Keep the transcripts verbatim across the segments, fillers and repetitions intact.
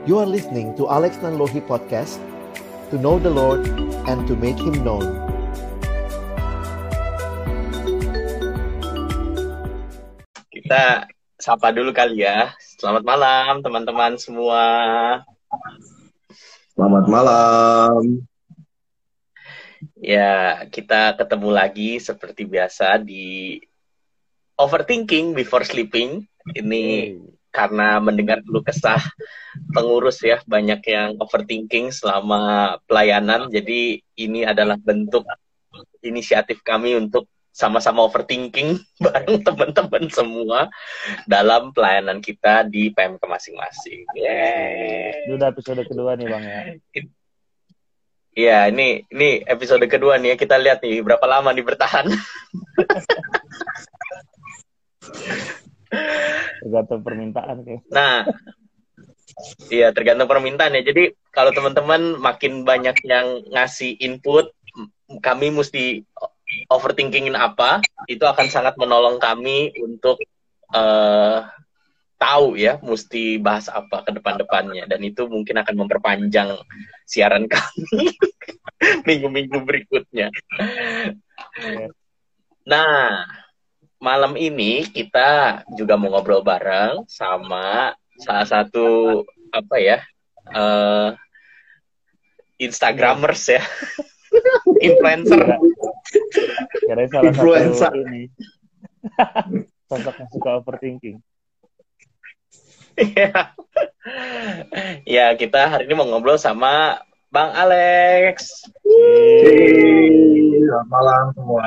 You are listening to Alex Nanlohi Podcast, to know the Lord and to make Him known. Kita sapa dulu kali ya. Selamat malam teman-teman semua. Selamat malam. Ya, kita ketemu lagi seperti biasa di Overthinking Before Sleeping. Ini karena mendengar keluh kesah pengurus ya, banyak yang overthinking selama pelayanan. Jadi ini adalah bentuk inisiatif kami untuk sama-sama overthinking bareng teman-teman semua dalam pelayanan kita di P M K masing-masing. Yeay. Ini udah episode kedua nih Bang ya. Iya, ini ini episode kedua nih ya. Kita lihat nih berapa lama nih bertahan. Tergantung permintaan kayak. Nah, iya tergantung permintaan ya. Jadi kalau teman-teman makin banyak yang ngasih input, kami mesti overthinkingin apa, itu akan sangat menolong kami untuk uh, tahu ya, mesti bahas apa ke depan-depannya. Dan itu mungkin akan memperpanjang siaran kami minggu-minggu berikutnya. Nah, malam ini kita juga mau ngobrol bareng sama salah satu apa ya uh, Instagramers ya, influencer. Kira salah Influencer. satu ini sosok yang suka overthinking. Iya, ya kita hari ini mau ngobrol sama Bang Alex. Hey, selamat malam semua.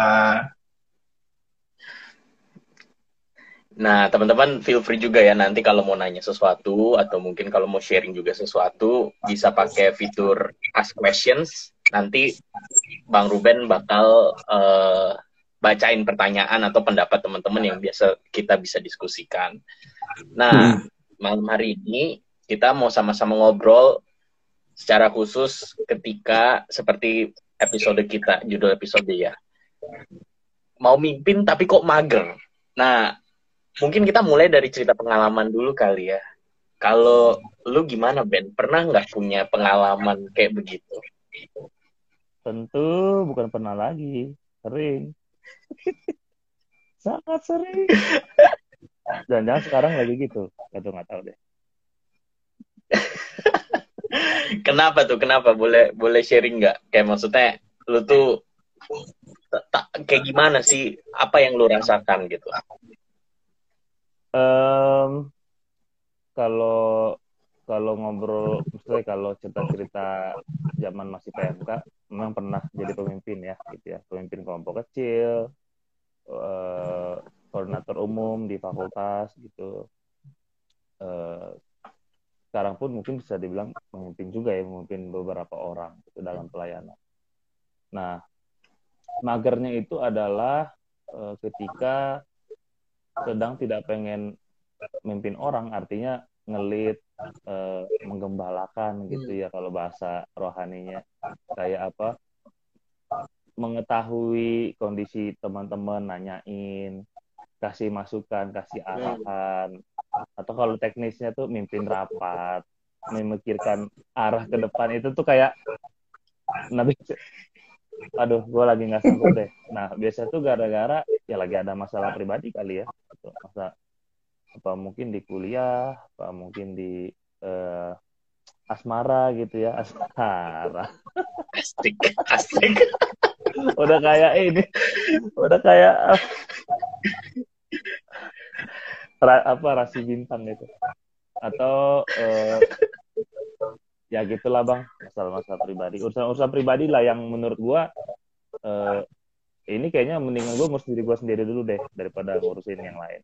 Nah, teman-teman feel free juga ya nanti kalau mau nanya sesuatu atau mungkin kalau mau sharing juga sesuatu bisa pakai fitur Ask Questions. Nanti Bang Ruben bakal uh, bacain pertanyaan atau pendapat teman-teman yang biasa kita bisa diskusikan. Nah, hmm. malam hari ini kita mau sama-sama ngobrol secara khusus ketika seperti episode kita, judul episode ya. Mau mimpin tapi kok mager. Nah, mungkin kita mulai dari cerita pengalaman dulu kali ya. Kalau lu gimana, Ben? Pernah nggak punya pengalaman kayak begitu? Tentu bukan pernah lagi, sering. Sangat sering. Jangan-jangan sekarang lagi gitu. Atau nggak tahu deh. Kenapa tuh? Kenapa? Boleh boleh sharing nggak? Kayak maksudnya lu tuh tak kayak gimana sih? Apa yang lu rasakan gitu? Um, kalau kalau ngobrol, misalnya kalau cerita-cerita zaman masih P M K, memang pernah jadi pemimpin ya, gitu ya, pemimpin kelompok kecil, uh, koordinator umum di fakultas gitu. Uh, sekarang pun mungkin bisa dibilang pemimpin juga ya, memimpin beberapa orang gitu dalam pelayanan. Nah, magernya itu adalah uh, ketika sedang tidak pengen memimpin orang, artinya ngelit, eh, menggembalakan gitu ya kalau bahasa rohaninya, kayak apa, mengetahui kondisi teman-teman, nanyain, kasih masukan, kasih arahan, atau kalau teknisnya tuh mimpin rapat, memikirkan arah ke depan, itu tuh kayak nabi. Aduh, gue lagi nggak sanggup deh. Nah, biasanya tuh gara-gara ya lagi ada masalah pribadi kali ya. Masa apa mungkin di kuliah, apa mungkin di eh, asmara gitu ya, asmara. Asik, asik. Udah kayak ini, udah kayak apa rasi bintang gitu. Atau eh, ya gitulah Bang, masalah-masalah pribadi, urusan-urusan pribadi lah yang menurut gue uh, ini kayaknya mendingan gue ngurus diri gue sendiri dulu deh daripada ngurusin yang lain.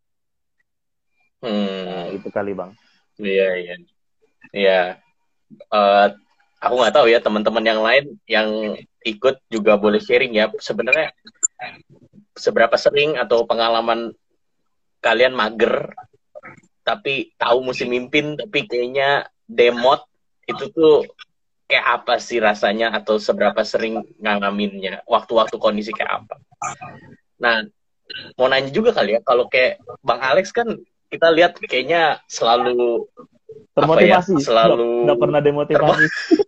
Hmm. Nah, itu kali Bang. Iya iya. Iya. Uh, aku nggak tahu ya teman-teman yang lain yang ikut juga boleh sharing ya. Sebenarnya seberapa sering atau pengalaman kalian mager tapi tahu mesti mimpin tapi kayaknya demot. Itu tuh kayak apa sih rasanya atau seberapa sering ngalaminnya, waktu-waktu kondisi kayak apa? Nah, mau nanya juga kali ya, kalau kayak Bang Alex kan kita lihat kayaknya selalu termotivasi, apa ya, selalu nggak pernah demotivasi.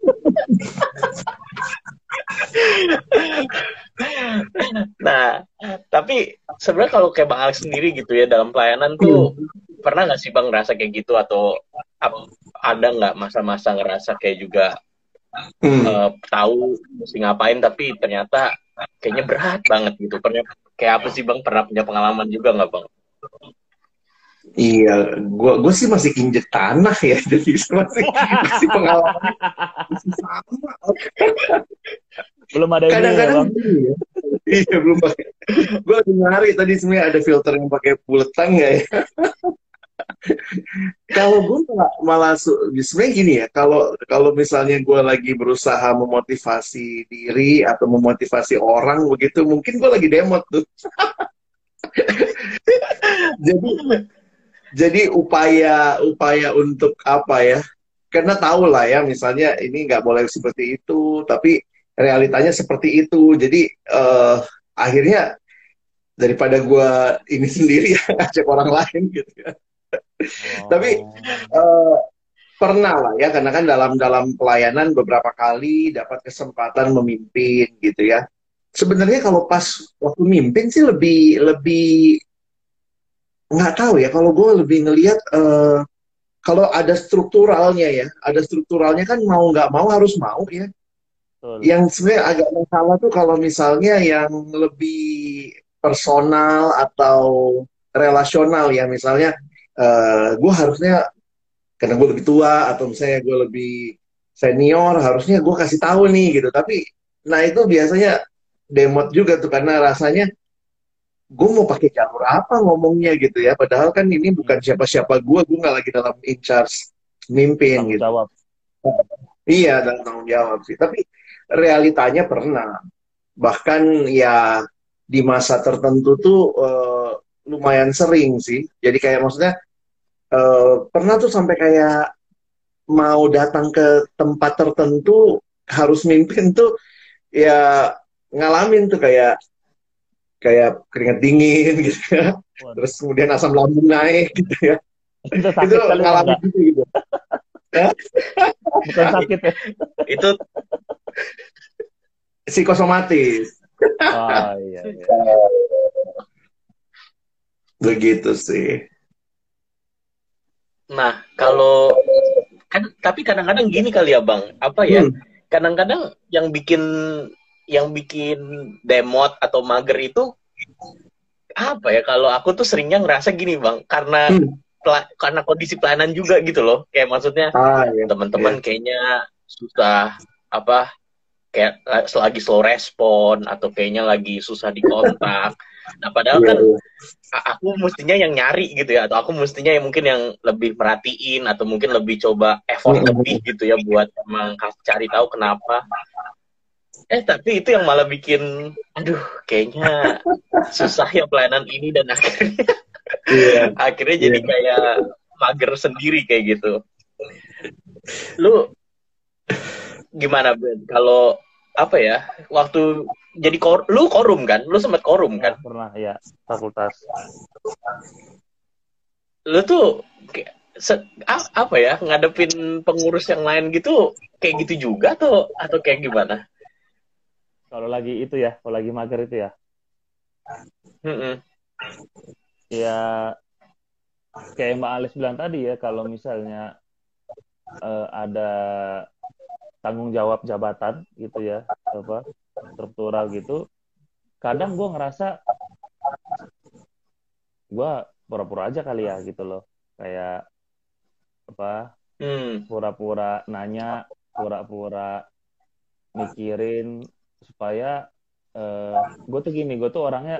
Nah, tapi sebenarnya kalau kayak Bang Alex sendiri gitu ya dalam pelayanan tuh pernah nggak sih Bang ngerasa kayak gitu atau ap- ada nggak masa-masa ngerasa kayak juga Hmm. eh, tahu mesti ngapain tapi ternyata kayaknya berat banget gitu. Pernah kayak apa sih Bang? Pernah punya pengalaman juga nggak Bang? Iya, gua gua sih masih injek tanah ya, jadi masih masih pengalaman masih sama. Belum ada ini ya Kadang-kadang bang. gini ya. Iya belum pakai. Gue lagi nyari tadi sebenarnya ada filter yang pakai buletan nggak ya? Kalau gue malah, malah su- sebenarnya gini ya. Kalau kalau misalnya gue lagi berusaha memotivasi diri atau memotivasi orang begitu, mungkin gue lagi demot tuh. Jadi jadi upaya upaya untuk apa ya? Karena tahu lah ya, misalnya ini nggak boleh seperti itu, tapi realitanya seperti itu. Jadi eh, akhirnya daripada gue ini sendiri ya ngajak orang lain gitu ya. Tapi Oh. eh, pernah lah ya, karena kan dalam dalam pelayanan beberapa kali dapat kesempatan memimpin gitu ya. Sebenarnya kalau pas waktu mimpin sih lebih lebih nggak tahu ya. Kalau gue lebih ngelihat eh, kalau ada strukturalnya ya, ada strukturalnya kan mau nggak mau harus mau ya. Betul. Yang sebenarnya agak masalah tuh kalau misalnya yang lebih personal atau relasional ya, misalnya eh gue harusnya karena gue lebih tua atau misalnya gue lebih senior harusnya gue kasih tahu nih gitu, tapi nah itu biasanya demot juga tuh karena rasanya gue mau pakai jalur apa ngomongnya gitu ya, padahal kan ini bukan Hmm. siapa-siapa gue gue nggak lagi dalam in charge mimpin Tanggung gitu. jawab. Iya, dan tanggung jawab sih, tapi realitanya pernah bahkan ya di masa tertentu tuh eh, lumayan sering sih, jadi kayak maksudnya eh, pernah tuh sampai kayak mau datang ke tempat tertentu harus mimpin tuh ya, ngalamin tuh kayak kayak keringat dingin gitu ya, Waduh. terus kemudian asam lambung naik gitu ya, Itu itu sakit kali bang ngalamin nggak? gitu gitu ya. Bukan sakit ya? Itu Psikosomatis Oh iya iya. begitu sih. nah kalau kan tapi kadang-kadang gini kali ya Bang, apa ya? Hmm. Kadang-kadang yang bikin yang bikin demot atau mager itu apa ya? Kalau aku tuh seringnya ngerasa gini Bang, karena Hmm. pela- karena kondisi pelayanan juga gitu loh. Kayak maksudnya Ah ya, teman-teman kayaknya susah apa kayak la- lagi slow respon atau kayaknya lagi susah dikontak. Nah, padahal iya kan iya. a- aku mestinya yang nyari gitu ya, atau aku mestinya yang mungkin yang lebih merhatiin atau mungkin lebih coba effort Mm-mm. lebih gitu ya buat emang cari tahu kenapa. Eh tapi itu yang malah bikin, aduh kayaknya susah ya pelayanan ini dan akhirnya Iya akhirnya iya. jadi kayak mager sendiri kayak gitu. Lu gimana Ben? Kalau apa ya waktu jadi kor lu korum kan? Lu sempat korum Ya kan? pernah ya fakultas. Lu tuh kayak se- a- apa ya ngadepin pengurus yang lain gitu kayak gitu juga tuh atau kayak gimana? Kalau lagi itu ya, kalau lagi mager itu ya, Mm-mm. ya kayak Mbak Alis bilang tadi ya, kalau misalnya eh, ada tanggung jawab jabatan gitu ya, apa struktural gitu, kadang gue ngerasa gue pura-pura aja kali ya gitu loh, kayak apa Hmm. pura-pura nanya, pura-pura mikirin supaya eh, gue tuh gini, gue tuh orangnya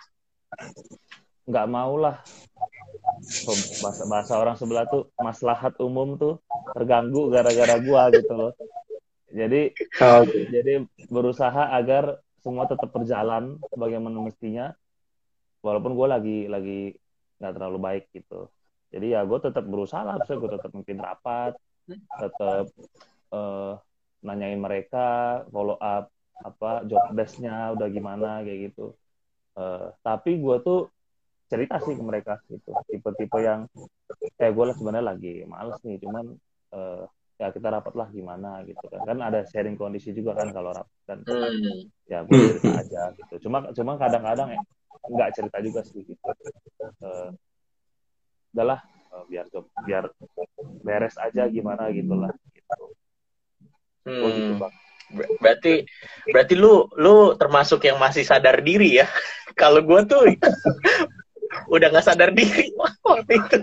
nggak mau lah bahasa bahasa orang sebelah tuh maslahat umum tuh terganggu gara-gara gue gitu loh. Jadi Oh, jadi berusaha agar semua tetap berjalan sebagaimana mestinya, walaupun gue lagi lagi nggak terlalu baik gitu. Jadi ya gue tetap berusaha lah, gue tetap mungkin rapat, tetap eh, nanyain mereka, follow up apa job desk-nya udah gimana kayak gitu. Eh, tapi gue tuh cerita sih ke mereka gitu. Tipe-tipe yang eh gue lah sebenarnya lagi males nih, cuman eh, ya kita rapat lah gimana gitu kan. Kan ada sharing kondisi juga kan kalau rapat kan. Hmm. Ya gue cerita aja gitu. Cuma cuma kadang-kadang eh, nggak cerita juga sih gitu. Eh, udahlah eh, biar biar beres aja gimana gitulah gitu. Hmm. Oh gitu bang. Ber- Berarti berarti lu lu termasuk yang masih sadar diri ya. Kalau gue tuh udah nggak sadar diri waktu itu.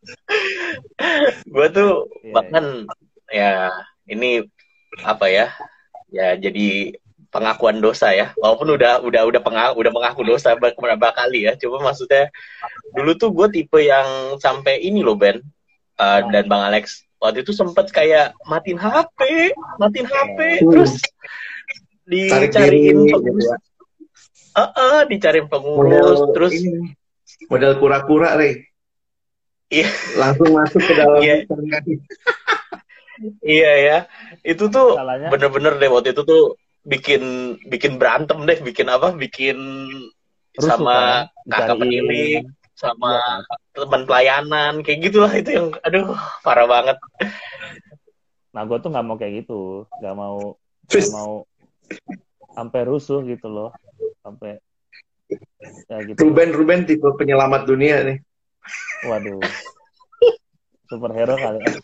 Gue tuh Iya, bahkan ya ini apa ya? Ya jadi pengakuan dosa ya. Walaupun udah udah udah pengaku, udah mengaku dosa beberapa kali ya. Cuma maksudnya dulu tuh gue tipe yang sampai ini loh Ben uh, dan Bang Alex. Waktu itu sempet kayak matiin H P, matiin H P, Hmm. terus Tarik dicariin diri, pengurus, gitu ya. uh -uh, dicariin pengurus, Model terus ini, model kura-kura, Rey. iya, Langsung masuk ke dalam iya, tangan. iya ya, itu tuh salahnya bener-bener deh waktu itu tuh bikin bikin berantem deh, bikin apa, bikin rusuh sama kan, kakak penilik, dicariin. sama Iya kan. teman pelayanan, kayak gitulah itu yang, aduh, parah banget. Nah gue tuh nggak mau kayak gitu, nggak mau nggak Terus, mau sampai rusuh gitu loh, sampai ya gitu. Ruben Ruben tipe penyelamat dunia nih. Waduh, superhero kali ya.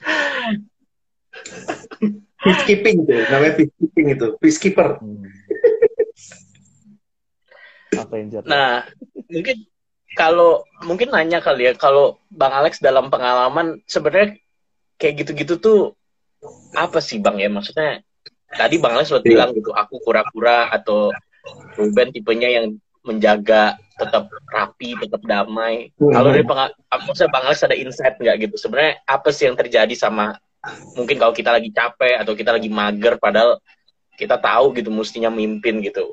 Peacekeeping tuh, namanya peacekeeping itu, peacekeeper. Hmm. Avenger. Nah, mungkin kalau mungkin nanya kali ya, kalau Bang Alex dalam pengalaman sebenarnya kayak gitu-gitu tuh apa sih Bang ya? Maksudnya tadi Bang Alex udah Iya. bilang gitu, aku kura-kura atau Ruben tipenya yang menjaga tetap rapi, tetap damai. Hmm. Kalau dari pengalaman, maksudnya Bang Alex ada insight nggak gitu? Sebenarnya apa sih yang terjadi sama mungkin kalau kita lagi capek atau kita lagi mager padahal kita tahu gitu mestinya mimpin gitu.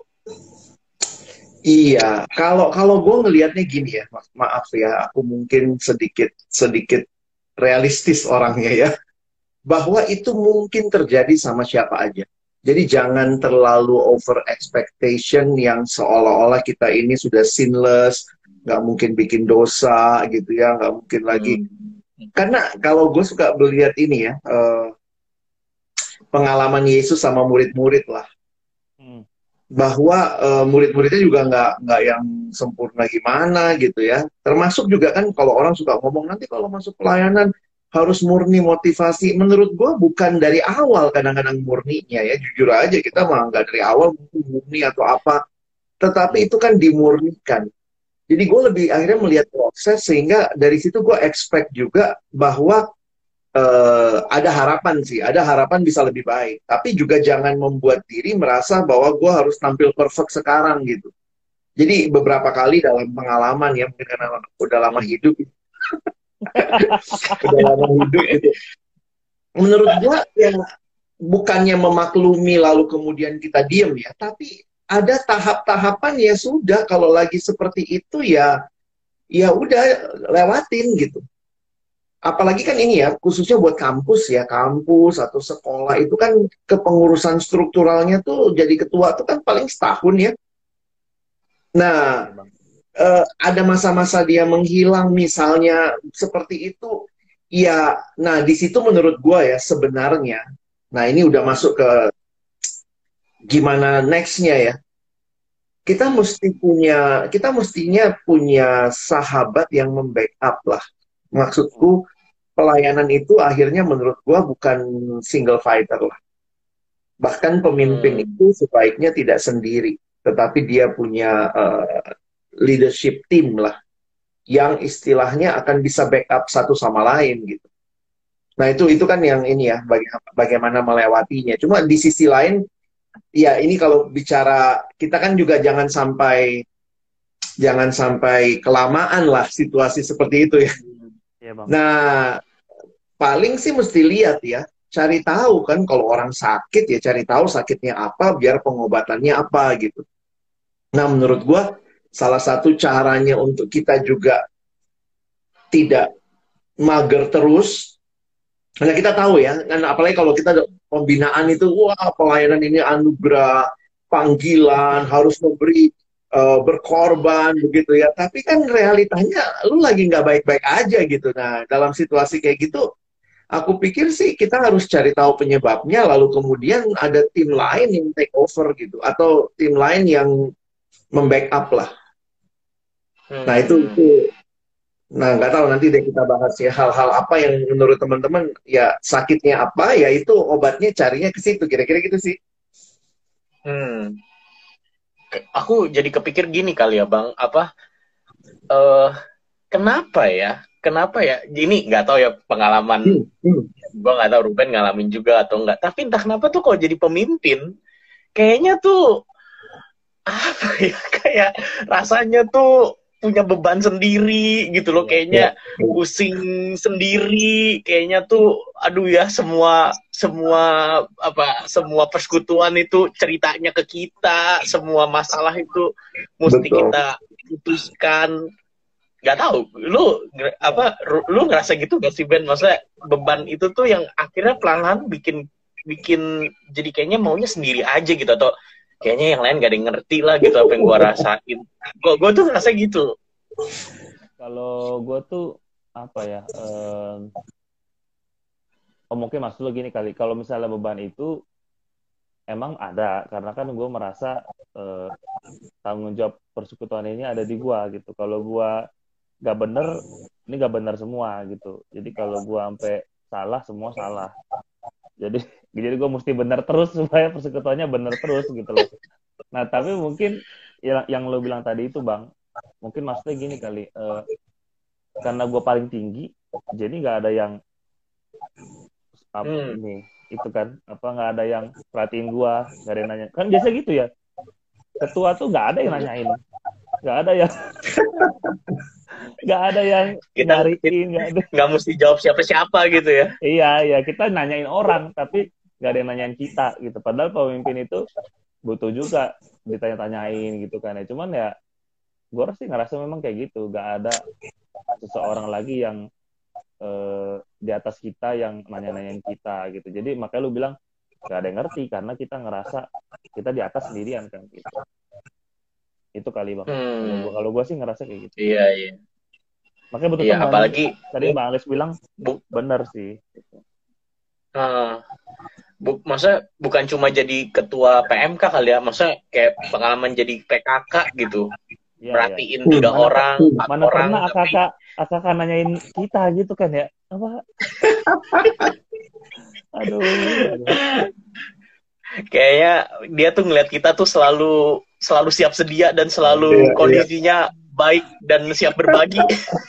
Iya, kalau kalau gue ngelihatnya gini ya, ma- maaf ya, aku mungkin sedikit sedikit realistis orangnya ya, bahwa itu mungkin terjadi sama siapa aja. Jadi jangan terlalu over expectation yang seolah-olah kita ini sudah sinless, nggak mungkin bikin dosa gitu ya, nggak mungkin lagi. Hmm. Karena kalau gue suka melihat ini ya, eh, pengalaman Yesus sama murid-murid lah, Hmm. bahwa eh, murid-muridnya juga nggak nggak yang sempurna gimana gitu ya. Termasuk juga kan kalau orang suka ngomong nanti kalau masuk pelayanan harus murni motivasi. Menurut gue bukan dari awal kadang-kadang murninya ya. Jujur aja kita mah nggak dari awal murni atau apa. Tetapi itu kan dimurnikan. Jadi gue lebih akhirnya melihat proses sehingga dari situ gue expect juga bahwa eh, ada harapan sih, ada harapan bisa lebih baik. Tapi juga jangan membuat diri merasa bahwa gue harus tampil perfect sekarang gitu. Jadi beberapa kali dalam pengalaman ya, mungkin karena udah lama hidup, udah lama hidup gitu. Menurut gue ya bukannya memaklumi lalu kemudian kita diem ya, tapi ada tahap-tahapan ya sudah kalau lagi seperti itu ya, ya udah lewatin gitu. Apalagi kan ini ya, khususnya buat kampus ya, kampus atau sekolah itu kan kepengurusan strukturalnya tuh jadi ketua tuh kan paling setahun ya. Nah, eh, ada masa-masa dia menghilang misalnya seperti itu, ya. Nah, di situ menurut gua ya sebenarnya, nah ini udah masuk ke gimana nextnya ya. Kita mesti punya, kita mestinya punya sahabat yang membackup lah. Maksudku pelayanan itu akhirnya menurut gua bukan single fighter lah. Bahkan pemimpin Hmm. itu sebaiknya tidak sendiri, tetapi dia punya uh, leadership team lah, yang istilahnya akan bisa backup satu sama lain gitu. Nah itu itu kan yang ini ya, baga- bagaimana melewatinya. Cuma di sisi lain, ya ini kalau bicara kita kan juga jangan sampai jangan sampai kelamaan lah situasi seperti itu ya. Iya bang. Nah, paling sih mesti lihat ya, cari tahu kan kalau orang sakit ya cari tahu sakitnya apa biar pengobatannya apa gitu. Nah, menurut gua salah satu caranya untuk kita juga tidak mager terus, karena kita tahu ya, kan apalagi kalau kita ada pembinaan itu, wah pelayanan ini anugerah, panggilan, harus memberi uh, berkorban begitu ya. Tapi kan realitanya lu lagi nggak baik-baik aja gitu. Nah, dalam situasi kayak gitu, aku pikir sih kita harus cari tahu penyebabnya, lalu kemudian ada tim lain yang take over gitu, atau tim lain yang membackup lah. Hmm. Nah itu, itu nah nggak tahu, nanti deh kita bahas ya hal-hal apa yang menurut teman-teman ya sakitnya apa, ya itu obatnya carinya ke situ, kira-kira gitu sih. Hmm. Aku jadi kepikir gini kali ya Bang, apa uh, kenapa ya? Kenapa ya? Ini nggak tahu ya pengalaman. Hmm, hmm. Gue nggak tahu Ruben ngalamin juga atau enggak. Tapi entah kenapa tuh kalau jadi pemimpin, kayaknya tuh apa ya? Kayak rasanya tuh punya beban sendiri gitu loh. Kayaknya pusing sendiri. Kayaknya tuh, aduh ya, semua semua apa? Semua persekutuan itu ceritanya ke kita. Semua masalah itu mesti Betul. kita putuskan. Gak tahu, lu apa lu ngerasa gitu gak sih Ben? Maksudnya beban itu tuh yang akhirnya pelan-pelan bikin bikin jadi kayaknya maunya sendiri aja gitu, atau kayaknya yang lain gak ada yang ngerti lah gitu apa yang gua rasain. Gua gua tuh ngerasa gitu. Kalau gua tuh apa ya? Um, oh mungkin maksud lu gini kali. Kalau misalnya beban itu emang ada, karena kan gua merasa uh, tanggung jawab persekutuan ini ada di gua gitu. Kalau gua gak bener, ini gak bener semua gitu. Jadi kalau gue sampai salah, semua salah. Jadi jadi gue mesti bener terus supaya persekutuannya bener terus gitu loh. Nah tapi mungkin yang, yang lo bilang tadi itu Bang, mungkin maksudnya gini kali, uh, karena gue paling tinggi, jadi gak ada yang apa hmm. ini itu kan, apa gak ada yang perhatiin gue, gak ada yang nanya. Kan biasa gitu ya, ketua tuh gak ada yang nanyain, gak ada yang nggak ada yang kita nyariin, nggak ada, nggak mesti jawab siapa-siapa gitu ya. Iya, iya, kita nanyain orang, tapi nggak ada yang nanyain kita gitu. Padahal pemimpin itu butuh juga ditanya-tanyain gitu kan ya. Cuman ya, gue sih ngerasa memang kayak gitu, nggak ada seseorang lagi yang eh, di atas kita yang nanya-nanyain kita gitu. Jadi makanya lu bilang nggak ada yang ngerti karena kita ngerasa kita di atas sendirian kan gitu. Itu kali Bang. Hmm. Kalau gue sih ngerasa kayak gitu. Iya, iya. Makanya betul iya, apalagi tadi Bang Alex bilang bu, benar sih. Uh, bu, masa bukan cuma jadi ketua P M K kali ya, masa kayak pengalaman jadi P K K gitu. Ya, perhatiin ya. tiga mana, orang, empat mana orang. Mana pernah tapi... akak akak nanyain kita gitu kan ya? Apa? aduh, aduh. Kayaknya dia tuh ngeliat kita tuh selalu selalu siap sedia dan selalu iya, kondisinya iya. baik dan siap berbagi.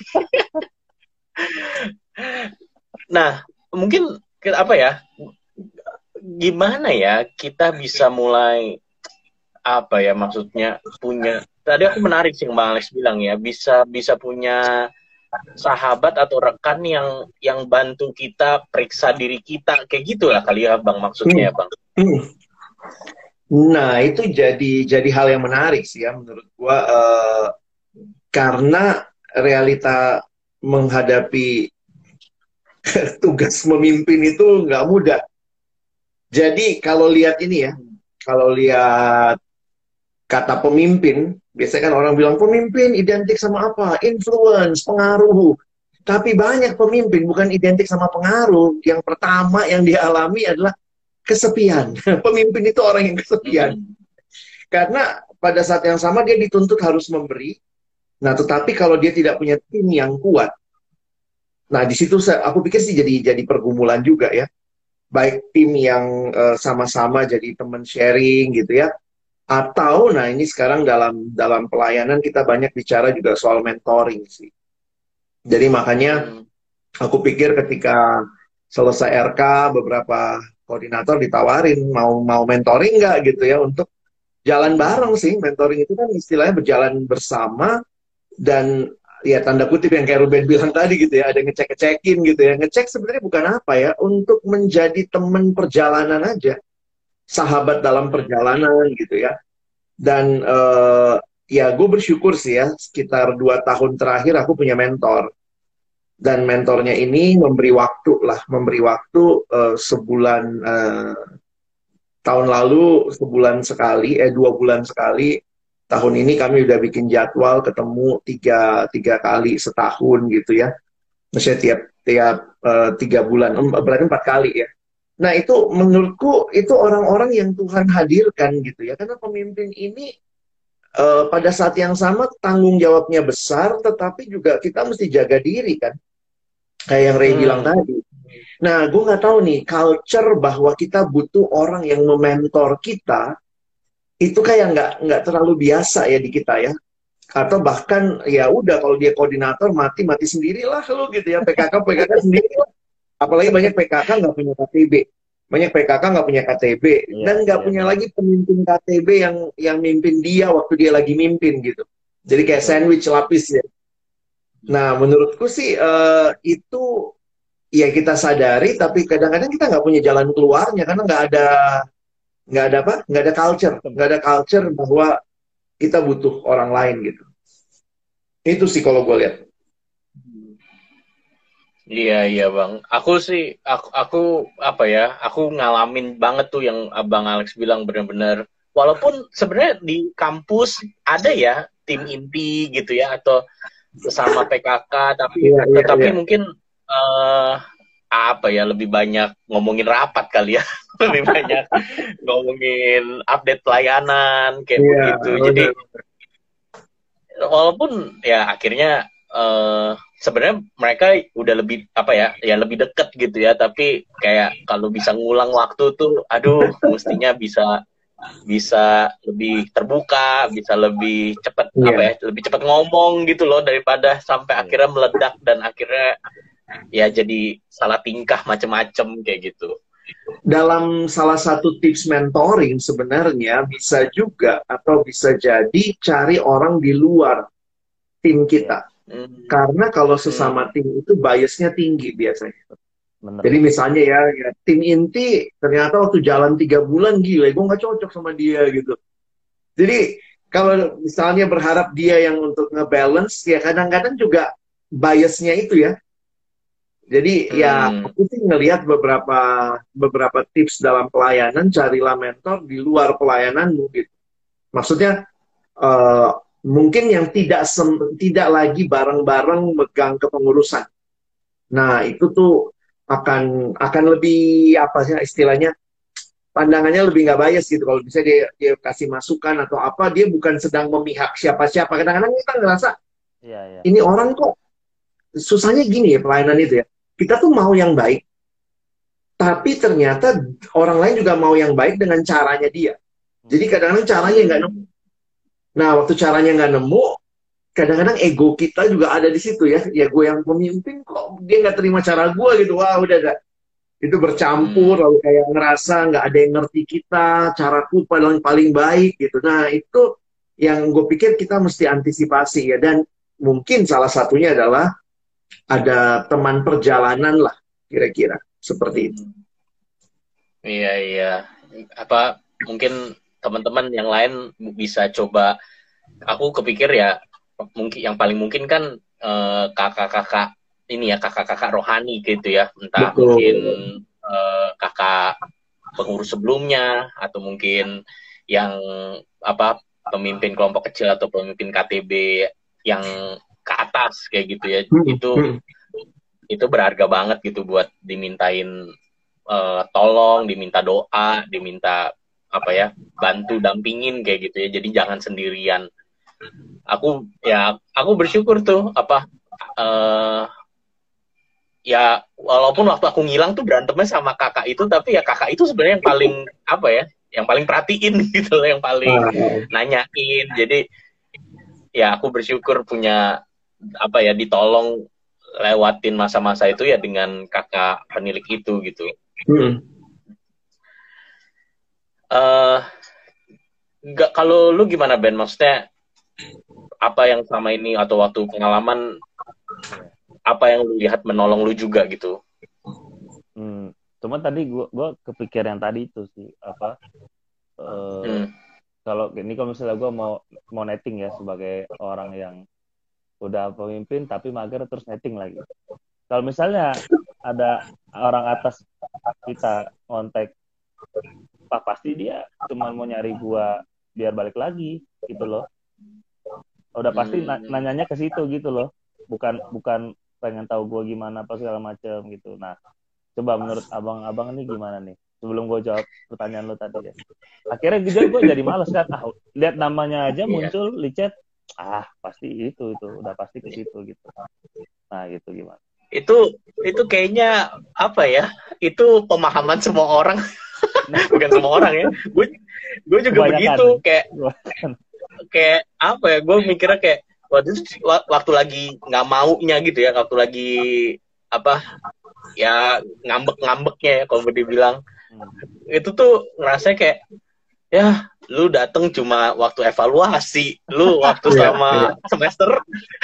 Nah, mungkin apa ya? Gimana ya kita bisa mulai apa ya maksudnya punya? Tadi aku menarik sih Bang Alex bilang ya, bisa bisa punya sahabat atau rekan yang yang bantu kita periksa diri kita, kayak gitulah kali ya Bang maksudnya hmm. Bang. Hmm. Nah itu jadi jadi hal yang menarik sih ya menurut gua, uh, karena realita menghadapi tugas memimpin itu nggak mudah. Jadi kalau lihat ini ya, kalau lihat kata pemimpin, biasanya kan orang bilang pemimpin identik sama apa? Influence, pengaruh. Tapi banyak pemimpin bukan identik sama pengaruh. Yang pertama yang dialami adalah kesepian. Pemimpin itu orang yang kesepian. Hmm. Karena pada saat yang sama dia dituntut harus memberi. Nah, tetapi kalau dia tidak punya tim yang kuat, nah di situ saya, aku pikir sih jadi jadi pergumulan juga ya. Baik tim yang uh, sama-sama jadi teman sharing gitu ya. Atau, nah ini sekarang dalam dalam pelayanan kita banyak bicara juga soal mentoring sih. Jadi makanya aku pikir ketika selesai R K beberapa koordinator ditawarin mau mau mentoring nggak gitu ya untuk jalan bareng sih. Mentoring itu kan istilahnya berjalan bersama dan ya tanda kutip yang kayak Ruben bilang tadi gitu ya, ada ngecek-ngecekin gitu ya. Ngecek sebenarnya bukan apa ya, untuk menjadi teman perjalanan aja. Sahabat dalam perjalanan gitu ya. Dan uh, ya gue bersyukur sih ya, sekitar dua tahun terakhir aku punya mentor. Dan mentornya ini memberi waktu lah, memberi waktu uh, sebulan, uh, tahun lalu sebulan sekali, eh dua bulan sekali, tahun ini kami udah bikin jadwal ketemu tiga tiga kali setahun gitu ya. Maksudnya tiap tiap uh, tiga bulan, berarti empat kali ya. Nah itu menurutku itu orang-orang yang Tuhan hadirkan gitu ya, karena pemimpin ini uh, pada saat yang sama tanggung jawabnya besar, tetapi juga kita mesti jaga diri kan, kayak yang Ray hmm. bilang tadi. Nah gue nggak tahu nih culture bahwa kita butuh orang yang mementor kita itu kayak nggak nggak terlalu biasa ya di kita ya. Atau bahkan ya udah kalau dia koordinator mati mati sendirilah lu gitu ya, P K K P K K sendiri lah. Apalagi banyak P K K nggak punya K T B, banyak P K K nggak punya K T B ya, dan nggak ya, punya ya. lagi pemimpin K T B yang yang mimpin dia waktu dia lagi mimpin gitu. Jadi kayak sandwich lapis ya. Nah menurutku sih uh, itu ya kita sadari, tapi kadang-kadang kita nggak punya jalan keluarnya karena nggak ada nggak ada apa nggak ada culture nggak ada culture bahwa kita butuh orang lain gitu. Itu sih kalau gue lihat. Iya iya bang. Aku sih aku aku apa ya? Aku ngalamin banget tuh yang abang Alex bilang benar-benar. Walaupun sebenarnya di kampus ada ya tim inti gitu ya atau sesama P K K, tapi iya, iya, tapi iya. mungkin uh, apa ya lebih banyak ngomongin rapat kali ya. Lebih banyak ngomongin update pelayanan kayak yeah, begitu. Jadi walaupun ya akhirnya uh, sebenarnya mereka udah lebih apa ya ya lebih deket gitu ya, tapi kayak kalau bisa ngulang waktu tuh aduh mestinya bisa bisa lebih terbuka, bisa lebih cepat yeah. apa ya lebih cepat ngomong gitu loh daripada sampai akhirnya meledak dan akhirnya ya jadi salah tingkah macem-macem kayak gitu. Dalam salah satu tips mentoring sebenarnya bisa juga atau bisa jadi cari orang di luar tim kita. Mm. Karena kalau sesama mm. tim itu biasnya tinggi biasanya. Bener. Jadi misalnya ya, ya tim inti ternyata waktu jalan tiga bulan gila, gue nggak cocok sama dia gitu. Jadi kalau misalnya berharap dia yang untuk ngebalance, ya kadang-kadang juga biasnya itu ya. Jadi hmm. ya aku sih ngelihat beberapa beberapa tips dalam pelayanan, carilah mentor di luar pelayananmu gitu. Maksudnya uh, mungkin yang tidak sem tidak lagi bareng-bareng megang kepengurusan. Nah itu tuh akan akan lebih apa sih istilahnya, pandangannya lebih nggak bias gitu. Kalau bisa dia dia kasih masukan atau apa, dia bukan sedang memihak siapa-siapa. Kadang-kadang kita ngerasa ya, ya. ini orang kok susahnya gini ya pelayanan itu ya. Kita tuh mau yang baik, tapi ternyata orang lain juga mau yang baik dengan caranya dia. Jadi kadang-kadang caranya nggak nemu. Nah, waktu caranya nggak nemu, kadang-kadang ego kita juga ada di situ ya. Ya gue yang pemimpin kok dia nggak terima cara gue gitu. Wah udah ada. Itu bercampur, lalu kayak ngerasa nggak ada yang ngerti kita, caraku paling paling baik gitu. Nah itu yang gue pikir kita mesti antisipasi ya. Dan mungkin salah satunya adalah ada teman perjalanan lah, kira-kira seperti itu. Iya iya. Apa mungkin teman-teman yang lain bisa coba. Aku kepikir ya, mungkin yang paling mungkin kan eh, kakak-kakak ini ya, kakak-kakak rohani gitu ya. Entah Betul. mungkin eh, kakak pengurus sebelumnya atau mungkin yang apa pemimpin kelompok kecil atau pemimpin K T B yang ke atas kayak gitu ya. Hmm. Itu itu berharga banget gitu buat dimintain uh, tolong, diminta doa, diminta apa ya, bantu dampingin kayak gitu ya. Jadi jangan sendirian. Aku ya aku bersyukur tuh apa uh, ya walaupun waktu aku ngilang tuh berantemnya sama kakak itu, tapi ya kakak itu sebenarnya yang paling apa ya, yang paling perhatiin gitu loh, yang paling nanyain. Jadi ya aku bersyukur punya apa ya, ditolong lewatin masa-masa itu ya dengan kakak penilik itu gitu. Hmm. Uh, gak, kalau lu gimana Ben? Maksudnya apa yang selama ini atau waktu pengalaman apa yang lu lihat menolong lu juga gitu? Hmm. Cuman tadi gua gua kepikir yang tadi itu sih apa? Uh, hmm. Kalau ini kalau misalnya gua mau mau netting ya sebagai orang yang udah pemimpin tapi mager terus netting lagi. Kalau misalnya ada orang atas kita kontak, Pak pasti dia cuma mau nyari gua biar balik lagi gitu loh. Udah pasti Hmm. nanyanya ke situ gitu loh. Bukan bukan pengen tahu gue gimana apa segala macam gitu. Nah, coba menurut abang-abang ini gimana nih? Sebelum gue jawab pertanyaan lo tadi ya. Akhirnya gue gue jadi males kan. Ah, lihat namanya aja muncul di chat. Ah, pasti itu itu udah pasti ke situ gitu. Nah, gitu gimana? Itu itu kayaknya apa ya? Itu pemahaman semua orang. Bukan semua orang ya. Gue gue juga Kebanyakan. begitu kayak kayak apa ya? Gue mikirnya kayak waktu itu waktu lagi nggak maunya gitu ya, waktu lagi apa ya ngambek-ngambeknya ya kalau boleh dibilang. Hmm. Itu tuh ngerasa kayak ya lu dateng cuma waktu evaluasi, lu waktu selama semester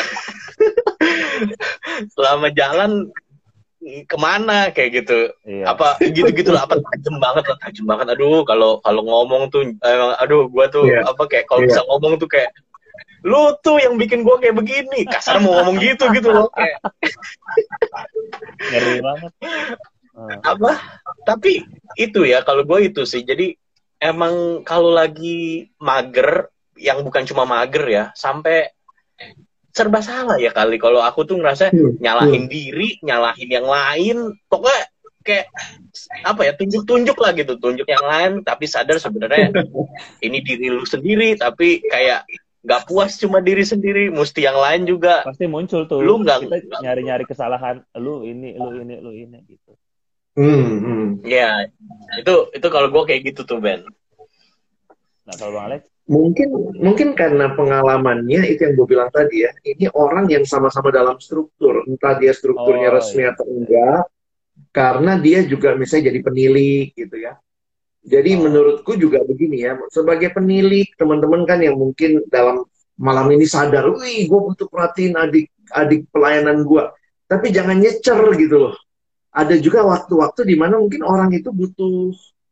selama jalan kemana kayak gitu, iya. Apa gitu-gitu lah, apa tajam banget lah, tajam banget. Aduh kalau kalau ngomong tuh emang aduh gua tuh yeah. apa kayak kalau yeah. bisa ngomong tuh kayak lu tuh yang bikin gua kayak begini, kasar mau ngomong gitu gitu loh kayak ngeri banget. Apa tapi itu ya kalau gua itu sih, jadi emang kalau lagi mager, yang bukan cuma mager ya, sampai serba salah ya kali. Kalau aku tuh ngerasa nyalahin diri, nyalahin yang lain, pokoknya kayak apa ya, tunjuk-tunjuk lah gitu, tunjuk yang lain, tapi sadar sebenarnya ini diri lu sendiri, tapi kayak nggak puas cuma diri sendiri, mesti yang lain juga. Pasti muncul tuh. Lu nggak nyari-nyari kesalahan, lu ini, lu ini, lu ini gitu. Hmm, hmm. Ya, itu itu kalau gue kayak gitu tuh Ben. Nah kalau Bang Alex? Mungkin mungkin karena pengalamannya itu yang gue bilang tadi ya, ini orang yang sama-sama dalam struktur, entah dia strukturnya oh, resmi iya. atau enggak, karena dia juga misalnya jadi penilik gitu ya. Jadi oh. menurutku juga begini ya, sebagai penilik, teman-teman kan yang mungkin dalam malam ini sadar, wih gue butuh perhatiin adik-adik pelayanan gue, tapi jangan nyecer gitu loh. Ada juga waktu-waktu di mana mungkin orang itu butuh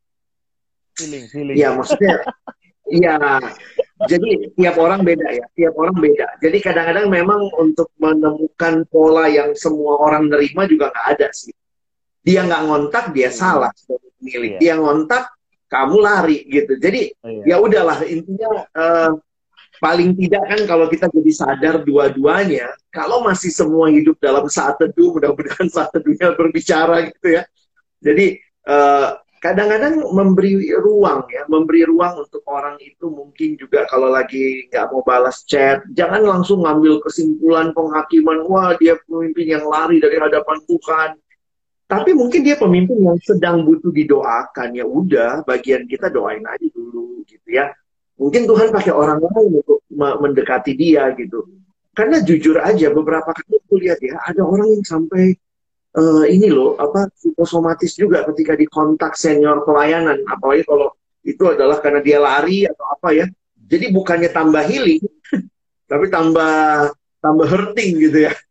feeling, feeling. Ya maksudnya iya, jadi tiap orang beda ya, tiap orang beda. Jadi kadang-kadang memang untuk menemukan pola yang semua orang nerima juga nggak ada sih. Dia nggak ngontak, dia hmm. salah sebagai pemilik. Iya. Dia ngontak, kamu lari gitu. Jadi iya. ya udahlah, intinya uh, paling tidak kan kalau kita jadi sadar dua-duanya, kalau masih semua hidup dalam saat teduh, mudah-mudahan saat teduhnya berbicara gitu ya. Jadi uh, kadang-kadang memberi ruang ya, memberi ruang untuk orang itu mungkin juga kalau lagi nggak mau balas chat, jangan langsung ngambil kesimpulan penghakiman, wah dia pemimpin yang lari dari hadapan Tuhan. Tapi mungkin dia pemimpin yang sedang butuh didoakan, ya udah bagian kita doain aja dulu gitu ya. Mungkin Tuhan pakai orang lain untuk mendekati dia gitu. Karena jujur aja beberapa kali aku lihat ya, ada orang yang sampai Uh, ini loh, apa psikosomatis juga ketika dikontak senior pelayanan, apalagi kalau itu adalah karena dia lari atau apa ya. Jadi bukannya tambah healing, tapi tambah tambah hurting gitu ya.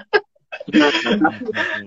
Nah, tapi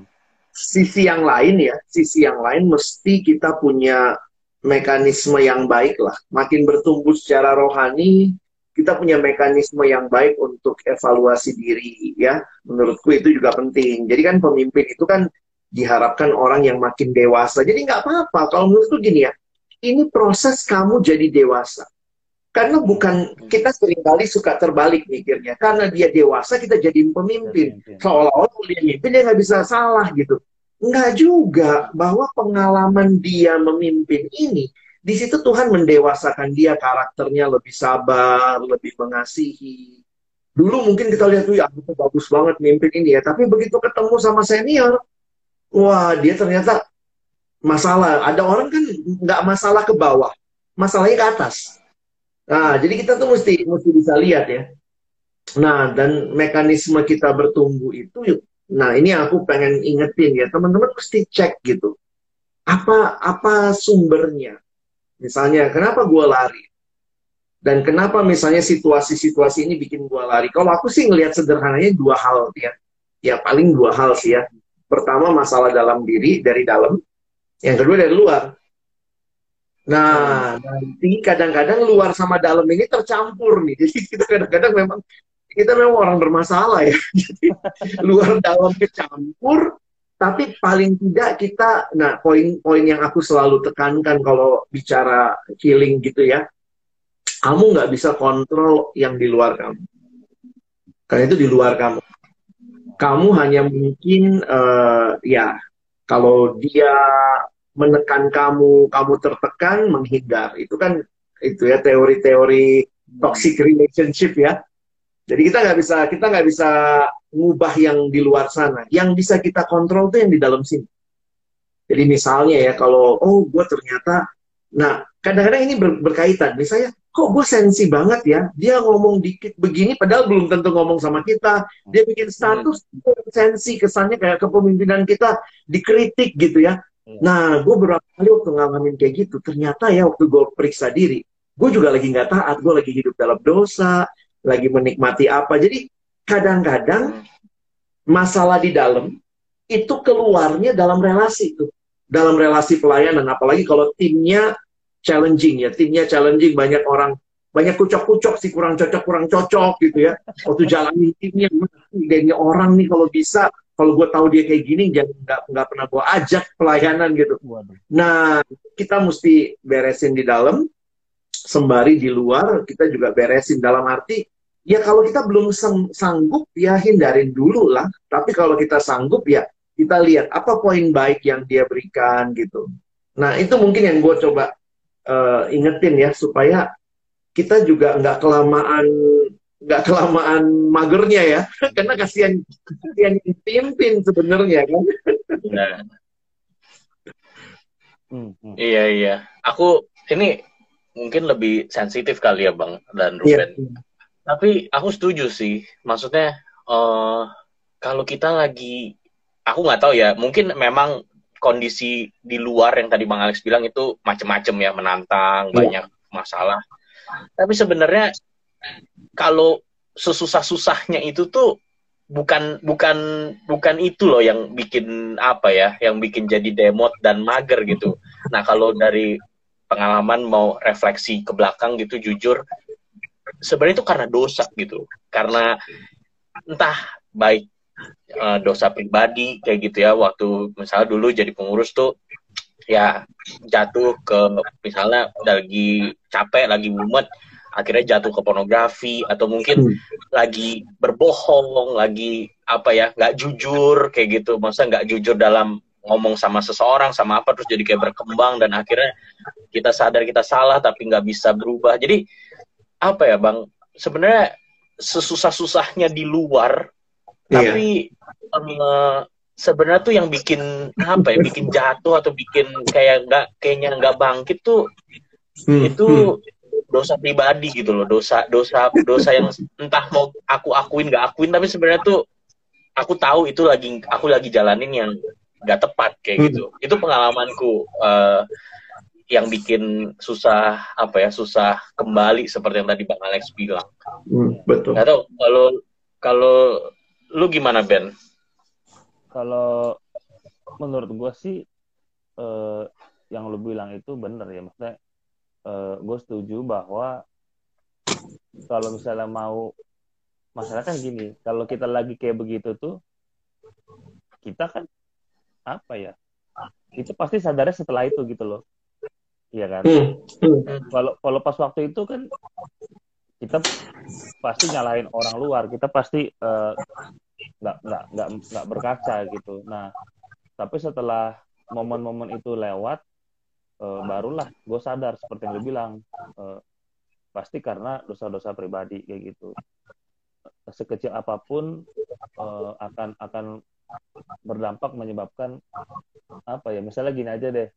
sisi yang lain ya, sisi yang lain mesti kita punya mekanisme yang baik lah. Makin bertumbuh secara rohani, kita punya mekanisme yang baik untuk evaluasi diri ya. Menurutku itu juga penting. Jadi kan pemimpin itu kan diharapkan orang yang makin dewasa. Jadi nggak apa-apa. Kalau menurutku gini ya, ini proses kamu jadi dewasa. Karena bukan, kita seringkali suka terbalik mikirnya. Karena dia dewasa, kita jadi pemimpin. Seolah-olah dia mimpin, dia nggak bisa salah gitu. Nggak juga, bahwa pengalaman dia memimpin ini, di situ Tuhan mendewasakan dia, karakternya lebih sabar, lebih mengasihi. Dulu mungkin kita lihat tuh ya, itu bagus banget mimpin ini ya, tapi begitu ketemu sama senior, wah dia ternyata masalah. Ada orang kan nggak masalah ke bawah, masalahnya ke atas. Nah, jadi kita tuh mesti mesti bisa lihat ya. Nah, dan mekanisme kita bertumbuh itu, nah ini aku pengen ingetin ya, teman-teman mesti cek gitu. Apa apa sumbernya? Misalnya, kenapa gue lari? Dan kenapa misalnya situasi-situasi ini bikin gue lari? Kalau aku sih ngelihat sederhananya dua hal ya. Ya paling dua hal sih ya. Pertama masalah dalam diri, dari dalam. Yang kedua dari luar. Nah, nanti kadang-kadang luar sama dalam ini tercampur nih. Jadi kita kadang-kadang memang, kita memang orang bermasalah ya. Jadi luar dalam kecampur. Tapi paling tidak kita, nah poin-poin yang aku selalu tekankan kalau bicara healing gitu ya, Kamu nggak bisa kontrol yang di luar kamu. Karena itu di luar kamu. Kamu hanya mungkin, uh, ya, kalau dia menekan kamu, kamu tertekan, menghindar. Itu kan, itu ya teori-teori toxic relationship ya. Jadi kita nggak bisa, kita nggak bisa ngubah yang di luar sana. Yang bisa kita kontrol tuh yang di dalam sini. Jadi misalnya ya, kalau, oh gue ternyata, nah kadang-kadang ini ber, berkaitan. Misalnya, kok gue sensi banget ya, dia ngomong dikit begini, padahal belum tentu ngomong sama kita. Dia bikin status, sensi, kesannya kayak kepemimpinan kita dikritik gitu ya. Nah, gue beberapa kali waktu ngalamin kayak gitu, ternyata ya waktu gue periksa diri, gue juga lagi nggak taat, gue lagi hidup dalam dosa, lagi menikmati apa. Jadi kadang-kadang masalah di dalam itu keluarnya dalam relasi tuh, dalam relasi pelayanan. Apalagi kalau timnya challenging ya, timnya challenging, banyak orang, banyak kucok-kucok sih, kurang cocok, kurang cocok gitu ya. Waktu jalanin timnya, idenya orang nih kalau bisa, kalau gue tahu dia kayak gini, jangan nggak nggak pernah gue ajak pelayanan gitu. Nah, kita mesti beresin di dalam, sembari di luar kita juga beresin. Dalam arti, ya kalau kita belum sanggup, ya hindarin dulu lah. Tapi kalau kita sanggup, ya kita lihat apa poin baik yang dia berikan gitu. Nah, itu mungkin yang gue coba uh, ingetin ya, supaya kita juga nggak kelamaan nggak kelamaan magernya ya, karena kasihan kasihan yang pimpin sebenarnya kan. Nah. Iya iya, aku ini mungkin lebih sensitif kali ya Bang dan Ruben. Yeah. Tapi aku setuju sih, maksudnya uh, kalau kita lagi, aku nggak tahu ya, mungkin memang kondisi di luar yang tadi Bang Alex bilang itu macam-macam ya, menantang, yeah. banyak masalah. Tapi sebenarnya kalau sesusah-susahnya itu tuh bukan bukan bukan itu loh yang bikin apa ya, yang bikin jadi demot dan mager gitu. Nah kalau dari pengalaman mau refleksi ke belakang gitu, jujur sebenarnya itu karena dosa gitu, karena entah baik uh, dosa pribadi kayak gitu ya, waktu misalnya dulu jadi pengurus tuh ya jatuh ke, misalnya lagi capek, lagi mumet, akhirnya jatuh ke pornografi, atau mungkin hmm. lagi berbohong, lagi apa ya, nggak jujur kayak gitu, maksudnya nggak jujur dalam ngomong sama seseorang, sama apa, terus jadi kayak berkembang, dan akhirnya kita sadar kita salah tapi nggak bisa berubah. Jadi apa ya Bang, sebenarnya sesusah-susahnya di luar, yeah. tapi um, sebenarnya tuh yang bikin apa ya, bikin jatuh atau bikin kayak nggak, kayaknya nggak bangkit tuh hmm. itu dosa pribadi gitu loh, dosa dosa dosa yang entah mau aku akuin nggak akuin, tapi sebenarnya tuh aku tahu itu lagi aku lagi jalanin yang nggak tepat kayak gitu. Itu pengalamanku uh, yang bikin susah apa ya, susah kembali seperti yang tadi Bang Alex bilang. Hmm, betul. Nggak tahu kalau kalau lu gimana Ben? Kalau menurut gue sih eh, yang lu bilang itu bener ya, maksudnya eh, gue setuju bahwa kalau misalnya mau, masalah kan gini, kalau kita lagi kayak begitu tuh, kita kan apa ya, itu pasti sadarnya setelah itu gitu loh, iya kan? Kalau kalau pas waktu itu kan kita pasti nyalahin orang luar, kita pasti eh, nggak nggak nggak nggak berkaca gitu. Nah, tapi setelah momen-momen itu lewat, eh, barulah gue sadar seperti yang lu bilang, eh, pasti karena dosa-dosa pribadi kayak gitu. Sekecil apapun eh, akan akan berdampak, menyebabkan apa ya, misalnya gini aja deh,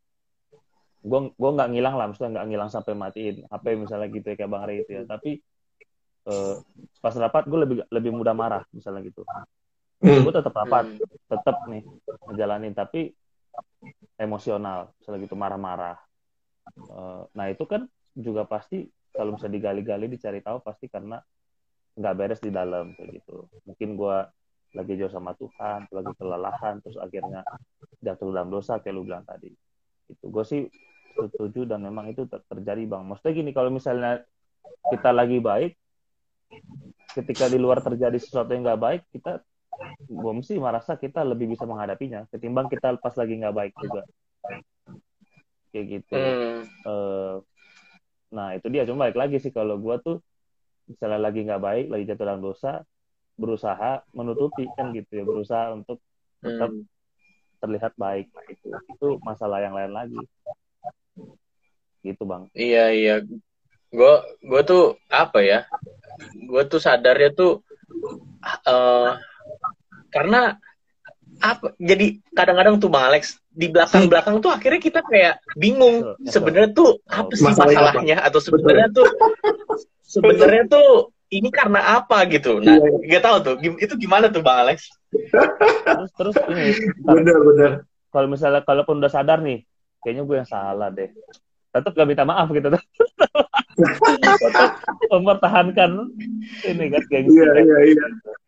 gue gue nggak ngilang lah, maksudnya nggak ngilang sampai matiin H P misalnya gitu ya, kayak Bang Ray itu ya, tapi Uh, pas rapat gue lebih lebih mudah marah misalnya gitu. Hmm. Gue tetap rapat, tetap nih ngejalanin, tapi emosional misalnya gitu, marah-marah. Uh, nah itu kan juga pasti kalau bisa digali-gali, dicari tahu, pasti karena nggak beres di dalam kayak gitu. Mungkin gue lagi jauh sama Tuhan, lagi kelelahan, terus akhirnya jatuh dalam dosa kayak lu bilang tadi. Itu gue sih setuju, dan memang itu ter- terjadi Bang. Maksudnya gini, kalau misalnya kita lagi baik, ketika di luar terjadi sesuatu yang nggak baik, kita gue mesti merasa kita lebih bisa menghadapinya ketimbang kita pas lagi nggak baik juga kayak gitu. Hmm. Uh, Nah itu dia, cuma balik lagi sih kalau gue tuh misalnya lagi nggak baik, lagi jatuh dalam dosa, berusaha menutupi kan gitu ya, berusaha untuk tetap Hmm. terlihat baik. Nah itu itu masalah yang lain lagi gitu bang. Iya, iya. Gue gue tuh apa ya? Gue tuh sadarnya tuh eh karena apa? Jadi kadang-kadang tuh Bang Alex di belakang-belakang tuh akhirnya kita kayak bingung Nyesel, nyesel. sebenarnya tuh Oh, apa sih Masalahnya apa? masalahnya atau sebenarnya tuh sebenarnya tuh ini karena apa gitu. Nah, Iya, gak tahu tuh gim- itu gimana tuh Bang Alex? terus terus ini ntar benar-benar. kalau misalnya kalaupun udah sadar nih, kayaknya gue yang salah deh, tetap gak minta maaf gitu, tetap mempertahankan ini kan gengsi Iya, kan. iya, iya.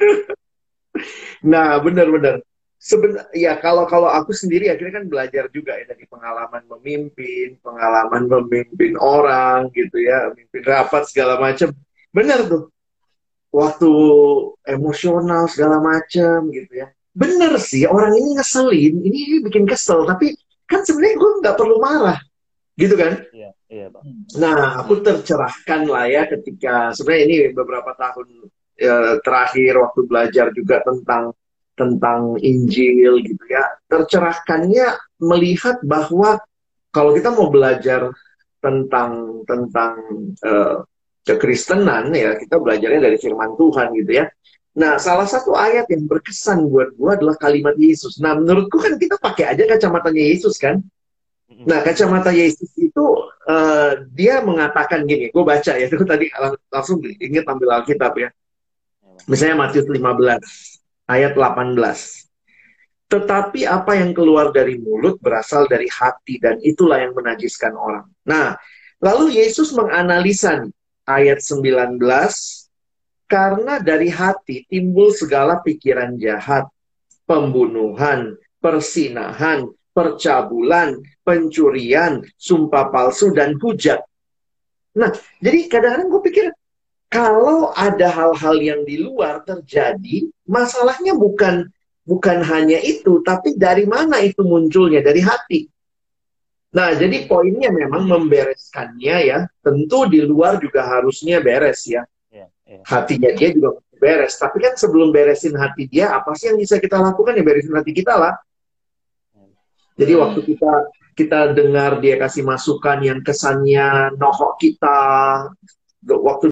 Nah, benar-benar. Sebenarnya ya kalau kalau aku sendiri akhirnya kan belajar juga ya dari pengalaman memimpin, pengalaman memimpin orang gitu ya, memimpin rapat segala macam. Benar tuh. Waktu emosional segala macam gitu ya. Bener sih, orang ini ngeselin, ini bikin kesel, tapi kan sebenarnya gue nggak perlu marah, gitu kan? Iya iya bang. Nah, aku tercerahkan lah ya ketika sebenarnya ini beberapa tahun eh, terakhir waktu belajar juga tentang tentang Injil gitu ya. Tercerahkannya melihat bahwa kalau kita mau belajar tentang tentang eh, kekristenan ya, kita belajarnya dari firman Tuhan gitu ya. Nah, salah satu ayat yang berkesan buat gua adalah kalimat Yesus. Nah, menurutku kan kita pakai aja kacamatanya Yesus kan. Nah, kacamata Yesus itu eh, dia mengatakan gini, gue baca ya, itu tadi lang- langsung ingat ambil Alkitab ya. Misalnya Matius lima belas ayat delapan belas. Tetapi apa yang keluar dari mulut berasal dari hati dan itulah yang menajiskan orang. Nah, lalu Yesus menganalisa nih, ayat sembilan belas, karena dari hati timbul segala pikiran jahat, pembunuhan, persinahan, percabulan, pencurian, sumpah palsu, dan hujat. Nah, jadi kadang-kadang gue pikir, kalau ada hal-hal yang di luar terjadi, masalahnya bukan bukan hanya itu, tapi dari mana itu munculnya? Dari hati. Nah, jadi poinnya memang membereskannya ya. Tentu di luar juga harusnya beres ya. Iya iya. Hatinya dia juga beres. Tapi kan sebelum beresin hati dia, apa sih yang bisa kita lakukan? Ya beresin hati kita lah. Jadi Hmm. waktu kita kita dengar dia kasih masukan yang kesannya nohok kita, waktu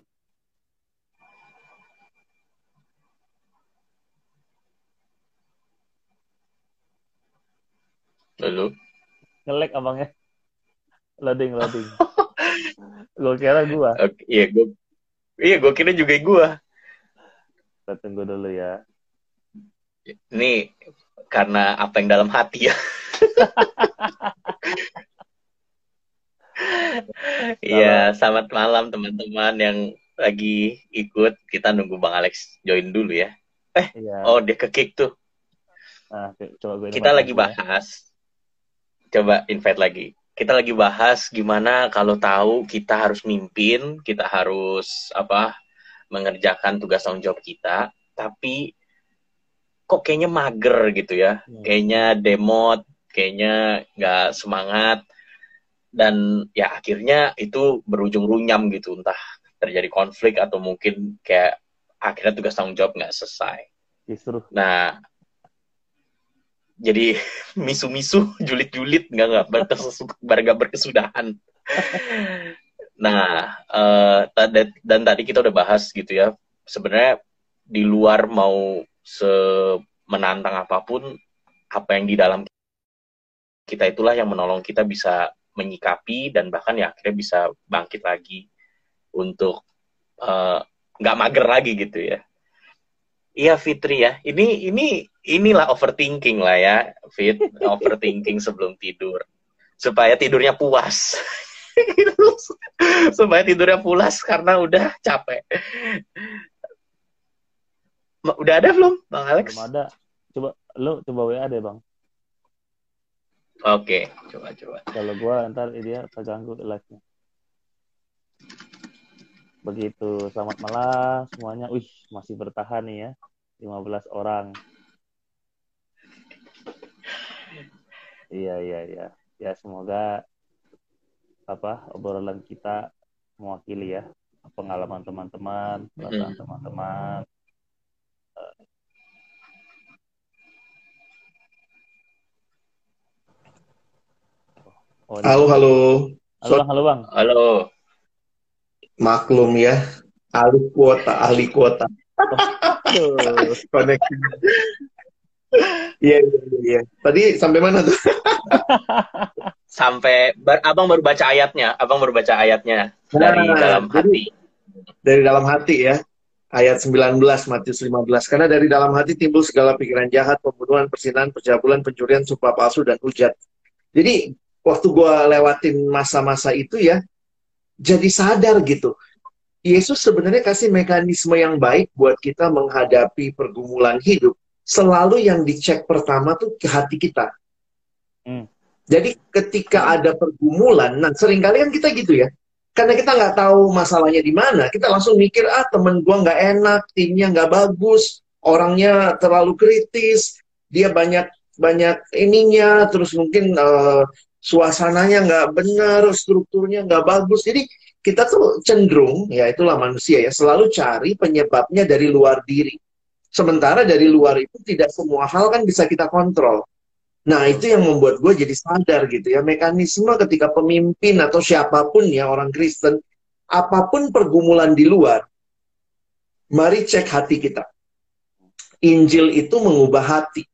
Lalu Ngelek abangnya, loading loading. Gue kira gue. oke, iya gue iya gue kira juga gue. Kita tunggu dulu ya. Ini karena apa yang dalam hati ya. Iya, selamat malam teman-teman yang lagi ikut. Kita nunggu Bang Alex join dulu ya. Eh, Iya. oh dia ke-kick tuh. Nah, coba gue Kita invite lagi ya. bahas. Coba invite lagi. Kita lagi bahas gimana kalau tahu kita harus mimpin, kita harus apa mengerjakan tugas tanggung jawab kita, tapi kok kayaknya mager gitu ya. Hmm. Kayaknya demot, kayaknya nggak semangat. Dan ya akhirnya itu berujung runyam gitu, entah terjadi konflik atau mungkin kayak akhirnya tugas tanggung jawab nggak selesai. Justru. Nah, jadi misu-misu, julit-julit, nggak nggak berkesu, nggak berkesudahan. Nah, uh, dan tadi kita udah bahas gitu ya, sebenarnya di luar mau semenantang apapun, apa yang di dalam kita itulah yang menolong kita bisa menyikapi dan bahkan ya akhirnya bisa bangkit lagi untuk nggak uh, mager lagi gitu ya. Iya Fitri ya, ini ini inilah overthinking lah ya, Fit, overthinking sebelum tidur supaya tidurnya puas, supaya tidurnya puas karena udah capek. Udah ada belum, Bang Alex? Belum ada. Coba lo coba W A deh bang. Oke, coba-coba. Kalau gue ntar dia terganggu live-nya. Begitu, selamat malam semuanya. Wih, masih bertahan nih ya. lima belas orang. Iya, iya, iya. Ya, semoga apa obrolan kita mewakili ya pengalaman teman-teman, perasaan Mm. teman-teman. Oh, ini Halo, Bang. halo. Halo So, Bang, halo Bang. Halo. maklum ya, ahli kuota, ahli kuota. Tuh. Koneksi. Iya, iya, iya. Tadi sampai mana tuh? Sampai bar- abang baru baca ayatnya, abang baru baca ayatnya dari Nah, dalam jadi hati. dari dalam hati ya. Ayat sembilan belas, Matius lima belas. Karena dari dalam hati timbul segala pikiran jahat, pembunuhan, persinahan, pencabulan, pencurian, sumpah palsu, dan hujat. Jadi, waktu gue lewatin masa-masa itu ya, jadi sadar gitu. Yesus sebenarnya kasih mekanisme yang baik buat kita menghadapi pergumulan hidup. Selalu yang dicek pertama tuh ke hati kita. Hmm. Jadi ketika ada pergumulan, nah seringkali kan kita gitu ya. Karena kita nggak tahu masalahnya di mana, kita langsung mikir, ah temen gua nggak enak, timnya nggak bagus, orangnya terlalu kritis, dia banyak banyak ininya, terus mungkin uh, suasananya nggak benar, strukturnya nggak bagus. Jadi kita tuh cenderung, ya itulah manusia ya, selalu cari penyebabnya dari luar diri. Sementara dari luar itu tidak semua hal kan bisa kita kontrol. Nah, itu yang membuat gue jadi sadar gitu ya. Mekanisme ketika pemimpin atau siapapun ya orang Kristen, apapun pergumulan di luar, mari cek hati kita. Injil itu mengubah hati.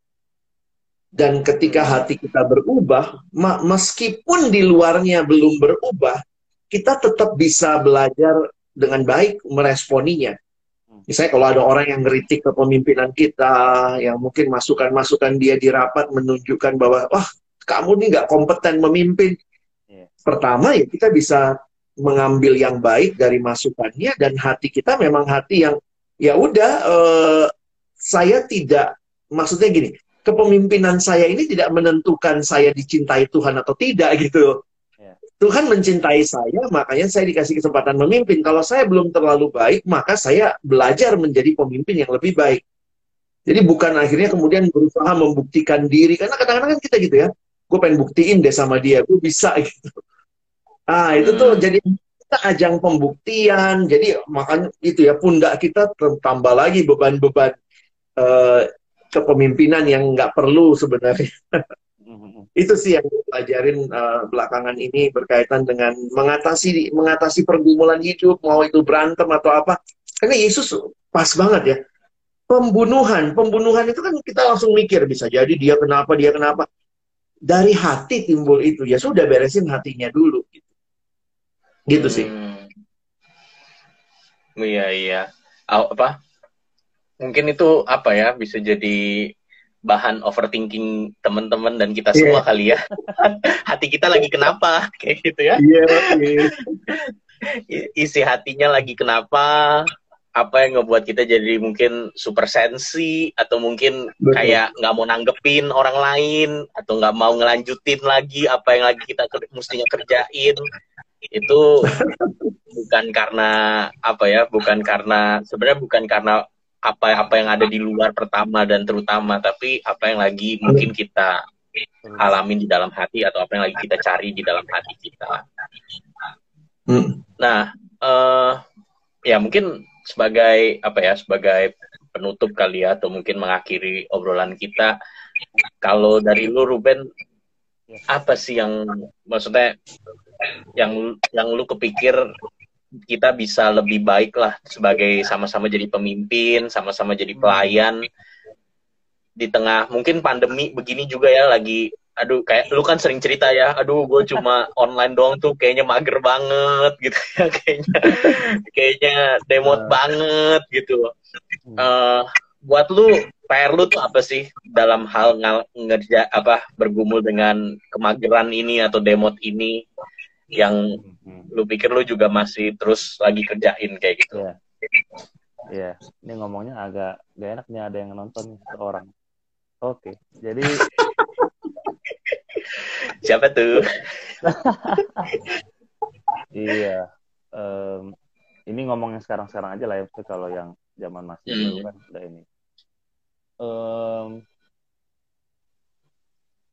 Dan ketika hati kita berubah, meskipun di luarnya belum berubah, kita tetap bisa belajar dengan baik meresponinya. Misalnya kalau ada orang yang ngeritik kepemimpinan kita, yang mungkin masukan-masukan dia di rapat menunjukkan bahwa, wah, kamu nih nggak kompeten memimpin. Yeah. Pertama ya kita bisa mengambil yang baik dari masukannya, dan hati kita memang hati yang, ya udah, eh, saya tidak, maksudnya gini, kepemimpinan saya ini tidak menentukan saya dicintai Tuhan atau tidak gitu. Tuhan mencintai saya, makanya saya dikasih kesempatan memimpin. Kalau saya belum terlalu baik, maka saya belajar menjadi pemimpin yang lebih baik. Jadi bukan akhirnya kemudian berusaha membuktikan diri. Karena kadang-kadang kan kita gitu ya, gue pengen buktiin deh sama dia, gue bisa gitu. Ah, itu tuh Hmm. jadi kita ajang pembuktian. Jadi makanya itu ya, pundak kita tambah lagi beban-beban uh, kepemimpinan yang nggak perlu sebenarnya. Itu sih yang gue pelajarin uh, belakangan ini berkaitan dengan mengatasi mengatasi pergumulan hidup, mau itu berantem atau apa. Karena Yesus pas banget ya. Pembunuhan, pembunuhan itu kan kita langsung mikir, bisa jadi dia kenapa, dia kenapa. Dari hati timbul itu, ya sudah beresin hatinya dulu. Gitu, gitu sih. Hmm. Iya, iya. Apa? Mungkin itu apa ya, bisa jadi bahan overthinking teman-teman dan kita semua yeah. kali ya. Hati kita lagi kenapa kayak gitu ya. Iya, yeah, yeah. Isi hatinya lagi kenapa, apa yang ngebuat kita jadi mungkin super sensi, atau mungkin betul, kayak nggak mau nanggepin orang lain, atau nggak mau ngelanjutin lagi apa yang lagi kita mestinya kerjain. Itu bukan karena apa ya, bukan karena sebenarnya bukan karena apa-apa yang ada di luar pertama dan terutama, tapi apa yang lagi mungkin kita alamin di dalam hati, atau apa yang lagi kita cari di dalam hati kita. Nah, uh, ya mungkin sebagai apa ya, sebagai penutup kali ya, atau mungkin mengakhiri obrolan kita, kalau dari lu Ruben, apa sih yang maksudnya yang yang lu kepikir kita bisa lebih baik lah sebagai sama-sama jadi pemimpin, sama-sama jadi pelayan di tengah mungkin pandemi begini juga ya, lagi aduh, kayak lu kan sering cerita ya, aduh gue cuma online doang tuh kayaknya mager banget gitu ya, kayaknya kayaknya demot uh. banget gitu. Uh, buat lu P R lu tuh apa sih dalam hal ngerja apa bergumul dengan kemageran ini atau demot ini, yang lu pikir lu juga masih terus lagi kerjain kayak gitu? Iya, yeah. yeah. Ini ngomongnya agak gak enak nih, ada yang nonton seorang. Oke, okay. Jadi siapa tuh? Iya, um, ini ngomongnya sekarang-sekarang aja lah ya. Kalau yang zaman masih hmm. dulu kan udah ini. Um,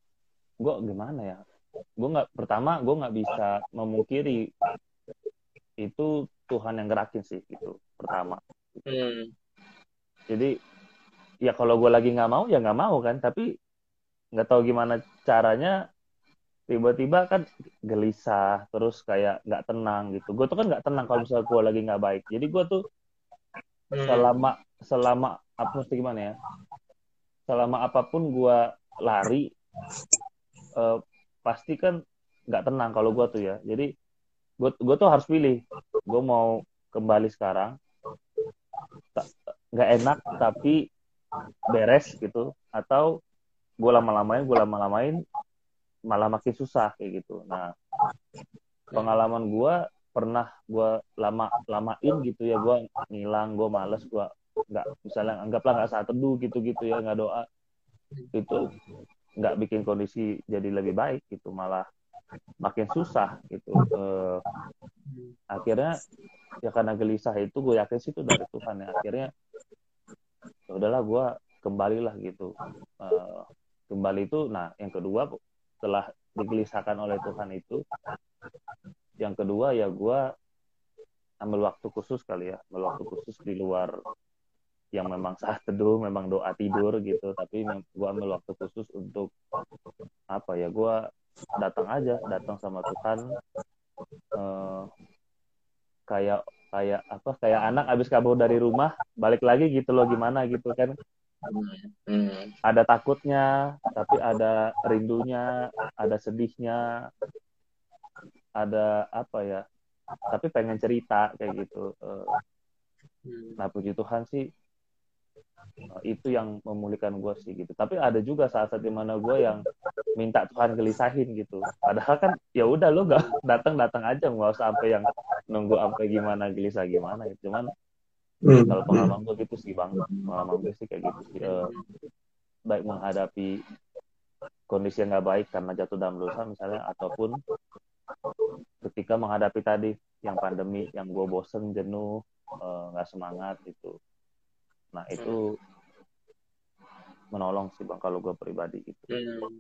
gue gimana ya? Gue nggak pertama gue nggak bisa memungkiri itu Tuhan yang gerakin sih itu pertama. Hmm. Jadi ya kalau gue lagi nggak mau ya nggak mau kan, tapi nggak tahu gimana caranya tiba-tiba kan gelisah terus kayak nggak tenang gitu. Gue tuh kan nggak tenang kalau misalnya gue lagi nggak baik. Jadi gue tuh Hmm. selama selama apa mesti gimana ya? Selama apapun gue lari eh, pasti kan nggak tenang kalau gue tuh ya. Jadi gue gue tuh harus pilih. Gue mau kembali sekarang ta- nggak enak tapi beres gitu, atau gue lama-lamain gue lama-lamain malah makin susah kayak gitu. Nah, pengalaman gue pernah gue lama lamain gitu ya, gue ngilang, gue males, gue nggak, misalnya anggaplah nggak saat teduh gitu-gitu ya, nggak doa, itu nggak bikin kondisi jadi lebih baik gitu, malah makin susah gitu. Eh, akhirnya ya karena gelisah itu, gue yakin sih itu dari Tuhan ya. Akhirnya ya udahlah, gue kembalilah gitu. Eh, kembali itu, nah yang kedua setelah digelisahkan oleh Tuhan itu, yang kedua ya gue ambil waktu khusus kali ya, ambil waktu khusus di luar yang memang saat teduh, memang doa tidur gitu, tapi gue ambil waktu khusus untuk apa ya, gue datang aja, datang sama Tuhan, eh, kayak kayak apa, kayak anak abis kabur dari rumah balik lagi gitu loh, gimana gitu kan. Hmm. Ada takutnya, tapi ada rindunya, ada sedihnya, ada apa ya, tapi pengen cerita kayak gitu. Nah puji Tuhan sih itu yang memulihkan gue sih gitu. Tapi ada juga saat-saat dimana gue yang minta Tuhan gelisahin gitu. Padahal kan ya udah, lo gak datang datang aja, nggak usah sampai yang nunggu sampai gimana gelisah gimana gitu. Cuman Hmm. kalau pengalaman gue gitu sih bang, pengalaman gue sih kayak gitu sih. Eh, baik menghadapi kondisi yang nggak baik karena jatuh dalam dosa misalnya, ataupun ketika menghadapi tadi yang pandemi, yang gue bosen, jenuh, nggak uh, semangat gitu. Nah itu menolong sih bang kalau gue pribadi gitu. Hmm.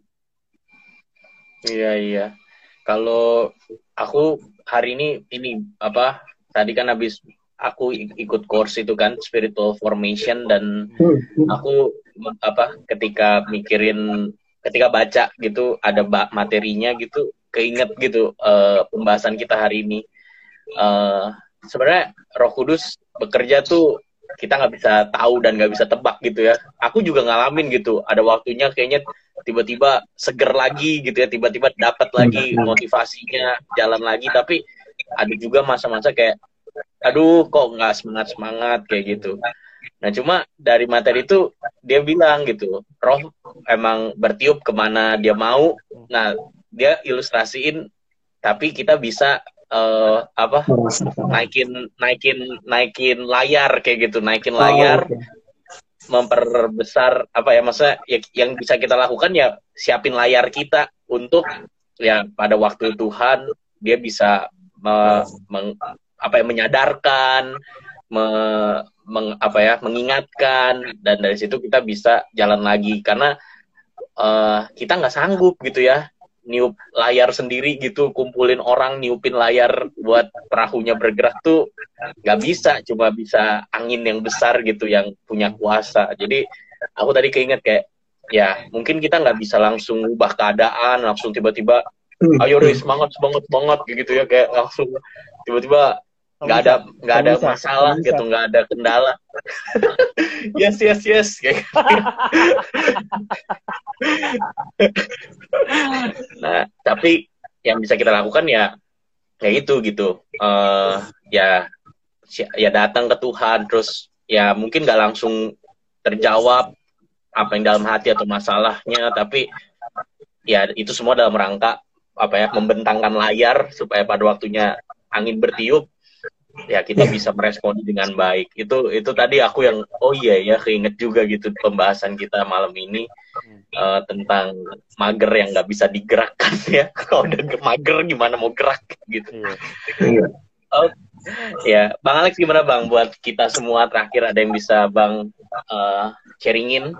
Iya iya. Kalau aku hari ini ini apa? Tadi kan habis aku ikut course itu kan, spiritual formation, dan aku apa? Ketika mikirin, ketika baca gitu ada materinya gitu, keinget gitu uh, pembahasan kita hari ini. Uh, sebenarnya Roh Kudus bekerja tuh kita nggak bisa tahu dan nggak bisa tebak gitu ya. Aku juga ngalamin gitu, ada waktunya kayaknya tiba-tiba seger lagi gitu ya, tiba-tiba dapat lagi motivasinya, jalan lagi. Tapi ada juga masa-masa kayak, aduh kok nggak semangat-semangat kayak gitu. Nah cuma dari materi itu dia bilang gitu, Roh emang bertiup kemana dia mau. Nah dia ilustrasiin, tapi kita bisa Uh, apa naikin naikin naikin layar kayak gitu, naikin layar, oh, okay. Memperbesar apa ya, maksudnya ya, yang bisa kita lakukan ya siapin layar kita untuk ya pada waktu Tuhan dia bisa me, meng, apa ya menyadarkan, me, meng, apa ya mengingatkan, dan dari situ kita bisa jalan lagi, karena uh, kita nggak sanggup gitu ya niup layar sendiri gitu, kumpulin orang niupin layar buat perahunya bergerak tuh nggak bisa, cuma bisa angin yang besar gitu yang punya kuasa. Jadi aku tadi keinget kayak ya mungkin kita nggak bisa langsung ubah keadaan, langsung tiba-tiba ayo deh semangat semangat semangat gitu ya, kayak langsung tiba-tiba nggak ada nggak ada masalah gitu, nggak ada kendala. yes yes yes kayak nah tapi yang bisa kita lakukan ya kayak itu gitu, uh, ya ya datang ke Tuhan, terus ya mungkin nggak langsung terjawab apa yang dalam hati atau masalahnya, tapi ya itu semua dalam rangka apa ya membentangkan layar supaya pada waktunya angin bertiup ya kita bisa meresponi dengan baik. Itu itu tadi aku yang oh iya ya keinget juga gitu pembahasan kita malam ini uh, tentang mager yang nggak bisa digerakkan ya. Kalau udah mager gimana mau gerak gitu. Iya. Oh ya, Bang Alex gimana Bang buat kita semua terakhir, ada yang bisa Bang uh, sharingin?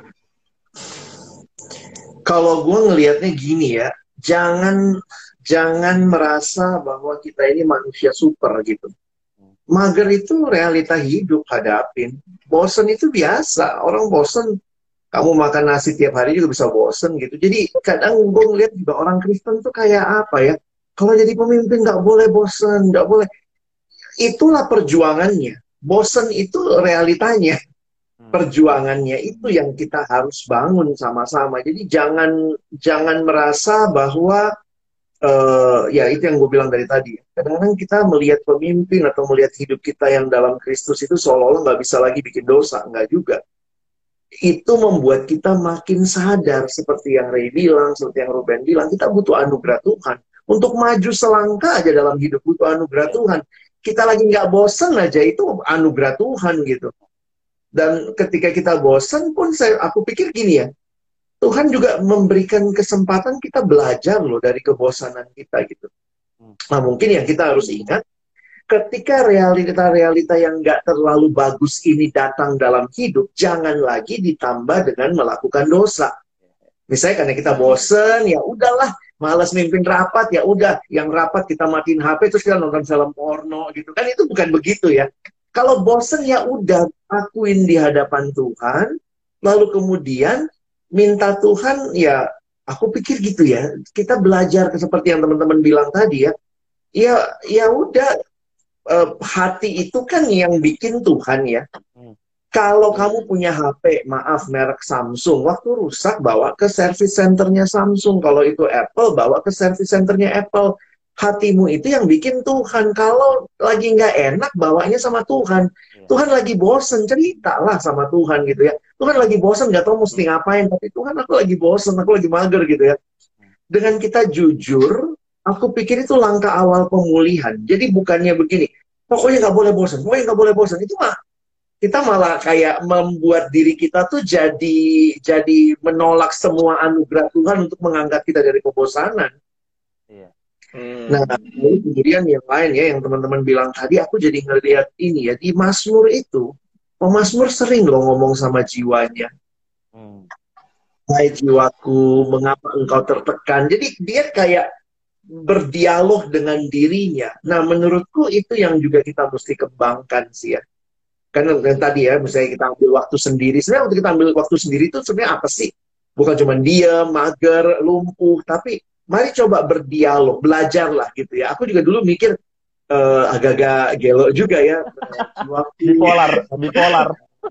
Kalau gue ngelihatnya gini ya, jangan jangan merasa bahwa kita ini manusia super gitu. mager itu realita hidup, hadapin. Bosen itu biasa, orang bosen. Kamu makan nasi tiap hari juga bisa bosen gitu. Jadi kadang gue ngeliat juga orang Kristen tuh kayak apa ya, kalau jadi pemimpin nggak boleh bosen, nggak boleh. Itulah perjuangannya. Bosen itu realitanya. Perjuangannya itu yang kita harus bangun sama-sama. Jadi jangan jangan merasa bahwa Uh, ya itu yang gue bilang dari tadi. Kadang-kadang kita melihat pemimpin atau melihat hidup kita yang dalam Kristus itu seolah-olah nggak bisa lagi bikin dosa. Nggak juga. Itu membuat kita makin sadar seperti yang Ray bilang, seperti yang Ruben bilang, kita butuh anugerah Tuhan. Untuk maju selangkah aja dalam hidup butuh anugerah Tuhan. Kita lagi nggak bosen aja itu anugerah Tuhan gitu. Dan ketika kita bosen pun saya aku pikir gini ya, Tuhan juga memberikan kesempatan kita belajar loh dari kebosanan kita gitu. Nah mungkin yang kita harus ingat, ketika realita-realita yang nggak terlalu bagus ini datang dalam hidup, jangan lagi ditambah dengan melakukan dosa. Misalnya karena kita bosen, ya udahlah, malas mimpin rapat, ya udah, yang rapat kita matiin H P terus kita nonton film porno gitu kan, itu bukan begitu ya. Kalau bosen ya udah, akuin di hadapan Tuhan, lalu kemudian minta Tuhan, ya aku pikir gitu ya, kita belajar seperti yang teman-teman bilang tadi ya, ya ya udah, eh, hati itu kan yang bikin Tuhan ya. Hmm. Kalau kamu punya H P, maaf merek Samsung, waktu rusak bawa ke service centernya Samsung, kalau itu Apple bawa ke service centernya Apple. Hatimu itu yang bikin Tuhan. Kalau lagi nggak enak bawanya sama Tuhan. Tuhan lagi bosen, ceritalah sama Tuhan gitu ya. Tuhan lagi bosen, nggak tahu mesti ngapain. Tapi Tuhan, aku lagi bosen, aku lagi mager gitu ya. Dengan kita jujur, aku pikir itu langkah awal pemulihan. Jadi bukannya begini, pokoknya nggak boleh bosen, pokoknya nggak boleh bosen. Itu mah kita malah kayak membuat diri kita tuh jadi jadi menolak semua anugerah Tuhan untuk mengangkat kita dari kebosanan. Iya. Hmm. Nah, kemudian yang lain ya, yang teman-teman bilang tadi, aku jadi ngeliat ini ya, di Mazmur itu, pemazmur sering loh ngomong sama jiwanya. Hmm. Hai jiwaku, mengapa engkau tertekan? Jadi dia kayak berdialog dengan dirinya. Nah, menurutku itu yang juga kita mesti kembangkan sih ya. Karena yang tadi ya, misalnya kita ambil waktu sendiri. Sebenarnya waktu kita ambil waktu sendiri itu sebenarnya apa sih? Bukan cuma diam, mager, lumpuh, tapi mari coba berdialog, belajarlah gitu ya. Aku juga dulu mikir uh, agak-agak gelo juga ya. Bipolar, bipolar.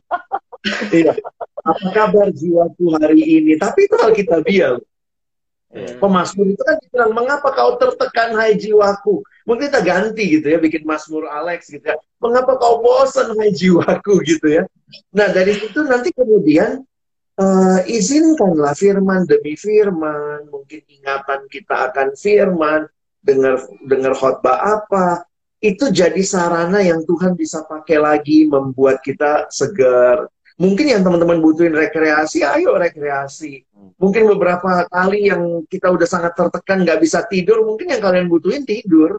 Iya. Apa kabar jiwaku hari ini? Tapi itu Alkitabiah. Hmm. Pemazmur itu kan bilang, mengapa kau tertekan hai jiwaku? Mungkin kita ganti gitu ya, bikin Mazmur Alex gitu ya. Mengapa kau bosan hai jiwaku gitu ya. Nah dari situ nanti kemudian Uh, izinkanlah firman demi firman, mungkin ingatan kita akan firman, dengar dengar khotbah apa, itu jadi sarana yang Tuhan bisa pakai lagi membuat kita segar. Mungkin yang teman-teman butuhin rekreasi, ayo rekreasi. Mungkin beberapa kali yang kita udah sangat tertekan, nggak bisa tidur, mungkin yang kalian butuhin tidur.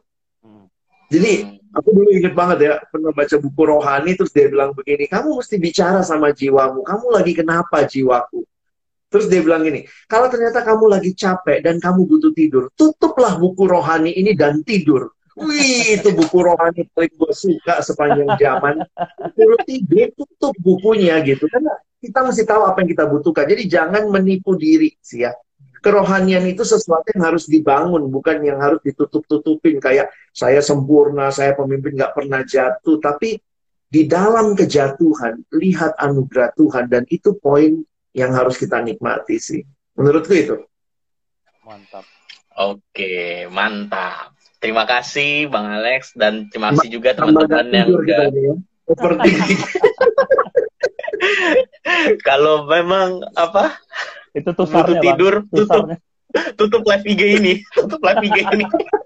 Jadi aku dulu inget banget ya, pernah baca buku rohani, terus dia bilang begini, kamu mesti bicara sama jiwamu, kamu lagi kenapa jiwaku? Terus dia bilang gini, kalau ternyata kamu lagi capek dan kamu butuh tidur, tutuplah buku rohani ini dan tidur. Wih, itu buku rohani paling gue suka sepanjang zaman. Suruh tidur, tutup bukunya gitu. Karena kita mesti tahu apa yang kita butuhkan. Jadi jangan menipu diri sih ya. Kerohanian itu sesuatu yang harus dibangun, bukan yang harus ditutup-tutupin. Kayak saya sempurna, saya pemimpin nggak pernah jatuh. Tapi di dalam kejatuhan, lihat anugerah Tuhan. Dan itu poin yang harus kita nikmati sih. Menurutku itu. Mantap. Oke, mantap. Terima kasih Bang Alex. Dan terima kasih juga teman-teman yang udah... Overthinking. Kalau memang apa... Itu tusarnya, tidur, Bang. tutup, tutup live I G ini, tutup live I G ini.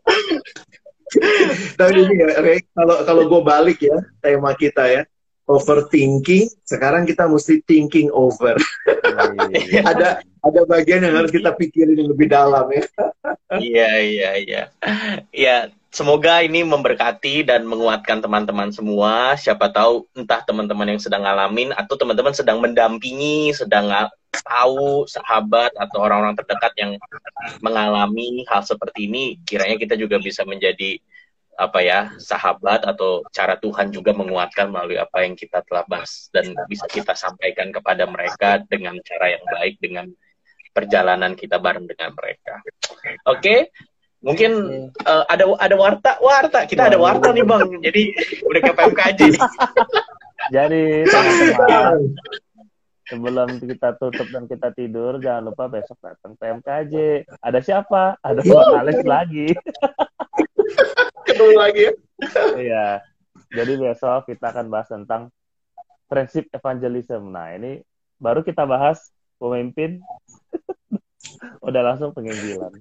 Tapi ini ya, kalau kalau gue balik ya tema kita ya, overthinking. Sekarang kita mesti thinking over. ada ada bagian yang harus kita pikirin yang lebih dalam ya. Iya iya iya. Ya semoga ini memberkati dan menguatkan teman-teman semua. Siapa tahu entah teman-teman yang sedang ngalamin atau teman-teman sedang mendampingi, sedang tahu sahabat atau orang-orang terdekat yang mengalami hal seperti ini, kiranya kita juga bisa menjadi apa ya, sahabat atau cara Tuhan juga menguatkan melalui apa yang kita telah bahas dan bisa kita sampaikan kepada mereka dengan cara yang baik, dengan perjalanan kita bareng dengan mereka. Oke, okay? Mungkin uh, ada ada warta, warta kita ada warta nih Bang. Jadi udah ke P M K J nih. Jadi teman-teman, sebelum kita tutup dan kita tidur, jangan lupa besok datang P M K J. Ada siapa? Ada Bang Alex lagi. Ketemu lagi ya. Iya. Jadi besok kita akan bahas tentang prinsip evangelism. Nah, ini baru kita bahas pemimpin, udah langsung penginjilan.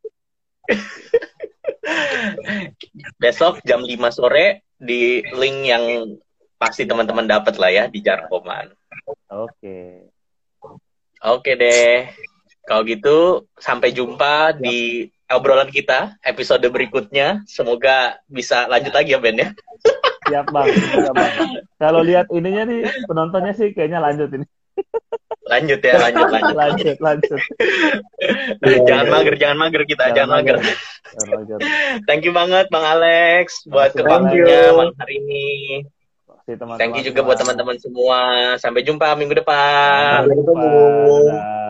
Besok jam lima sore di link yang pasti teman-teman dapat lah ya di Jarkoman. Oke. Oke deh. Kalau gitu sampai jumpa di obrolan kita episode berikutnya. Semoga bisa lanjut lagi ya Ben ya. Siap Bang. Siap, Bang. Kalau lihat ininya nih penontonnya sih kayaknya lanjut ini. Lanjut ya, lanjut lanjut. Lanjut, lanjut. Jangan mager, jangan mager kita, jangan, jangan mager. mager. Thank you banget Bang Alex buat kebanyakannya malam hari ini. Thank you juga buat teman-teman semua. Sampai jumpa minggu depan. Sampai ketemu.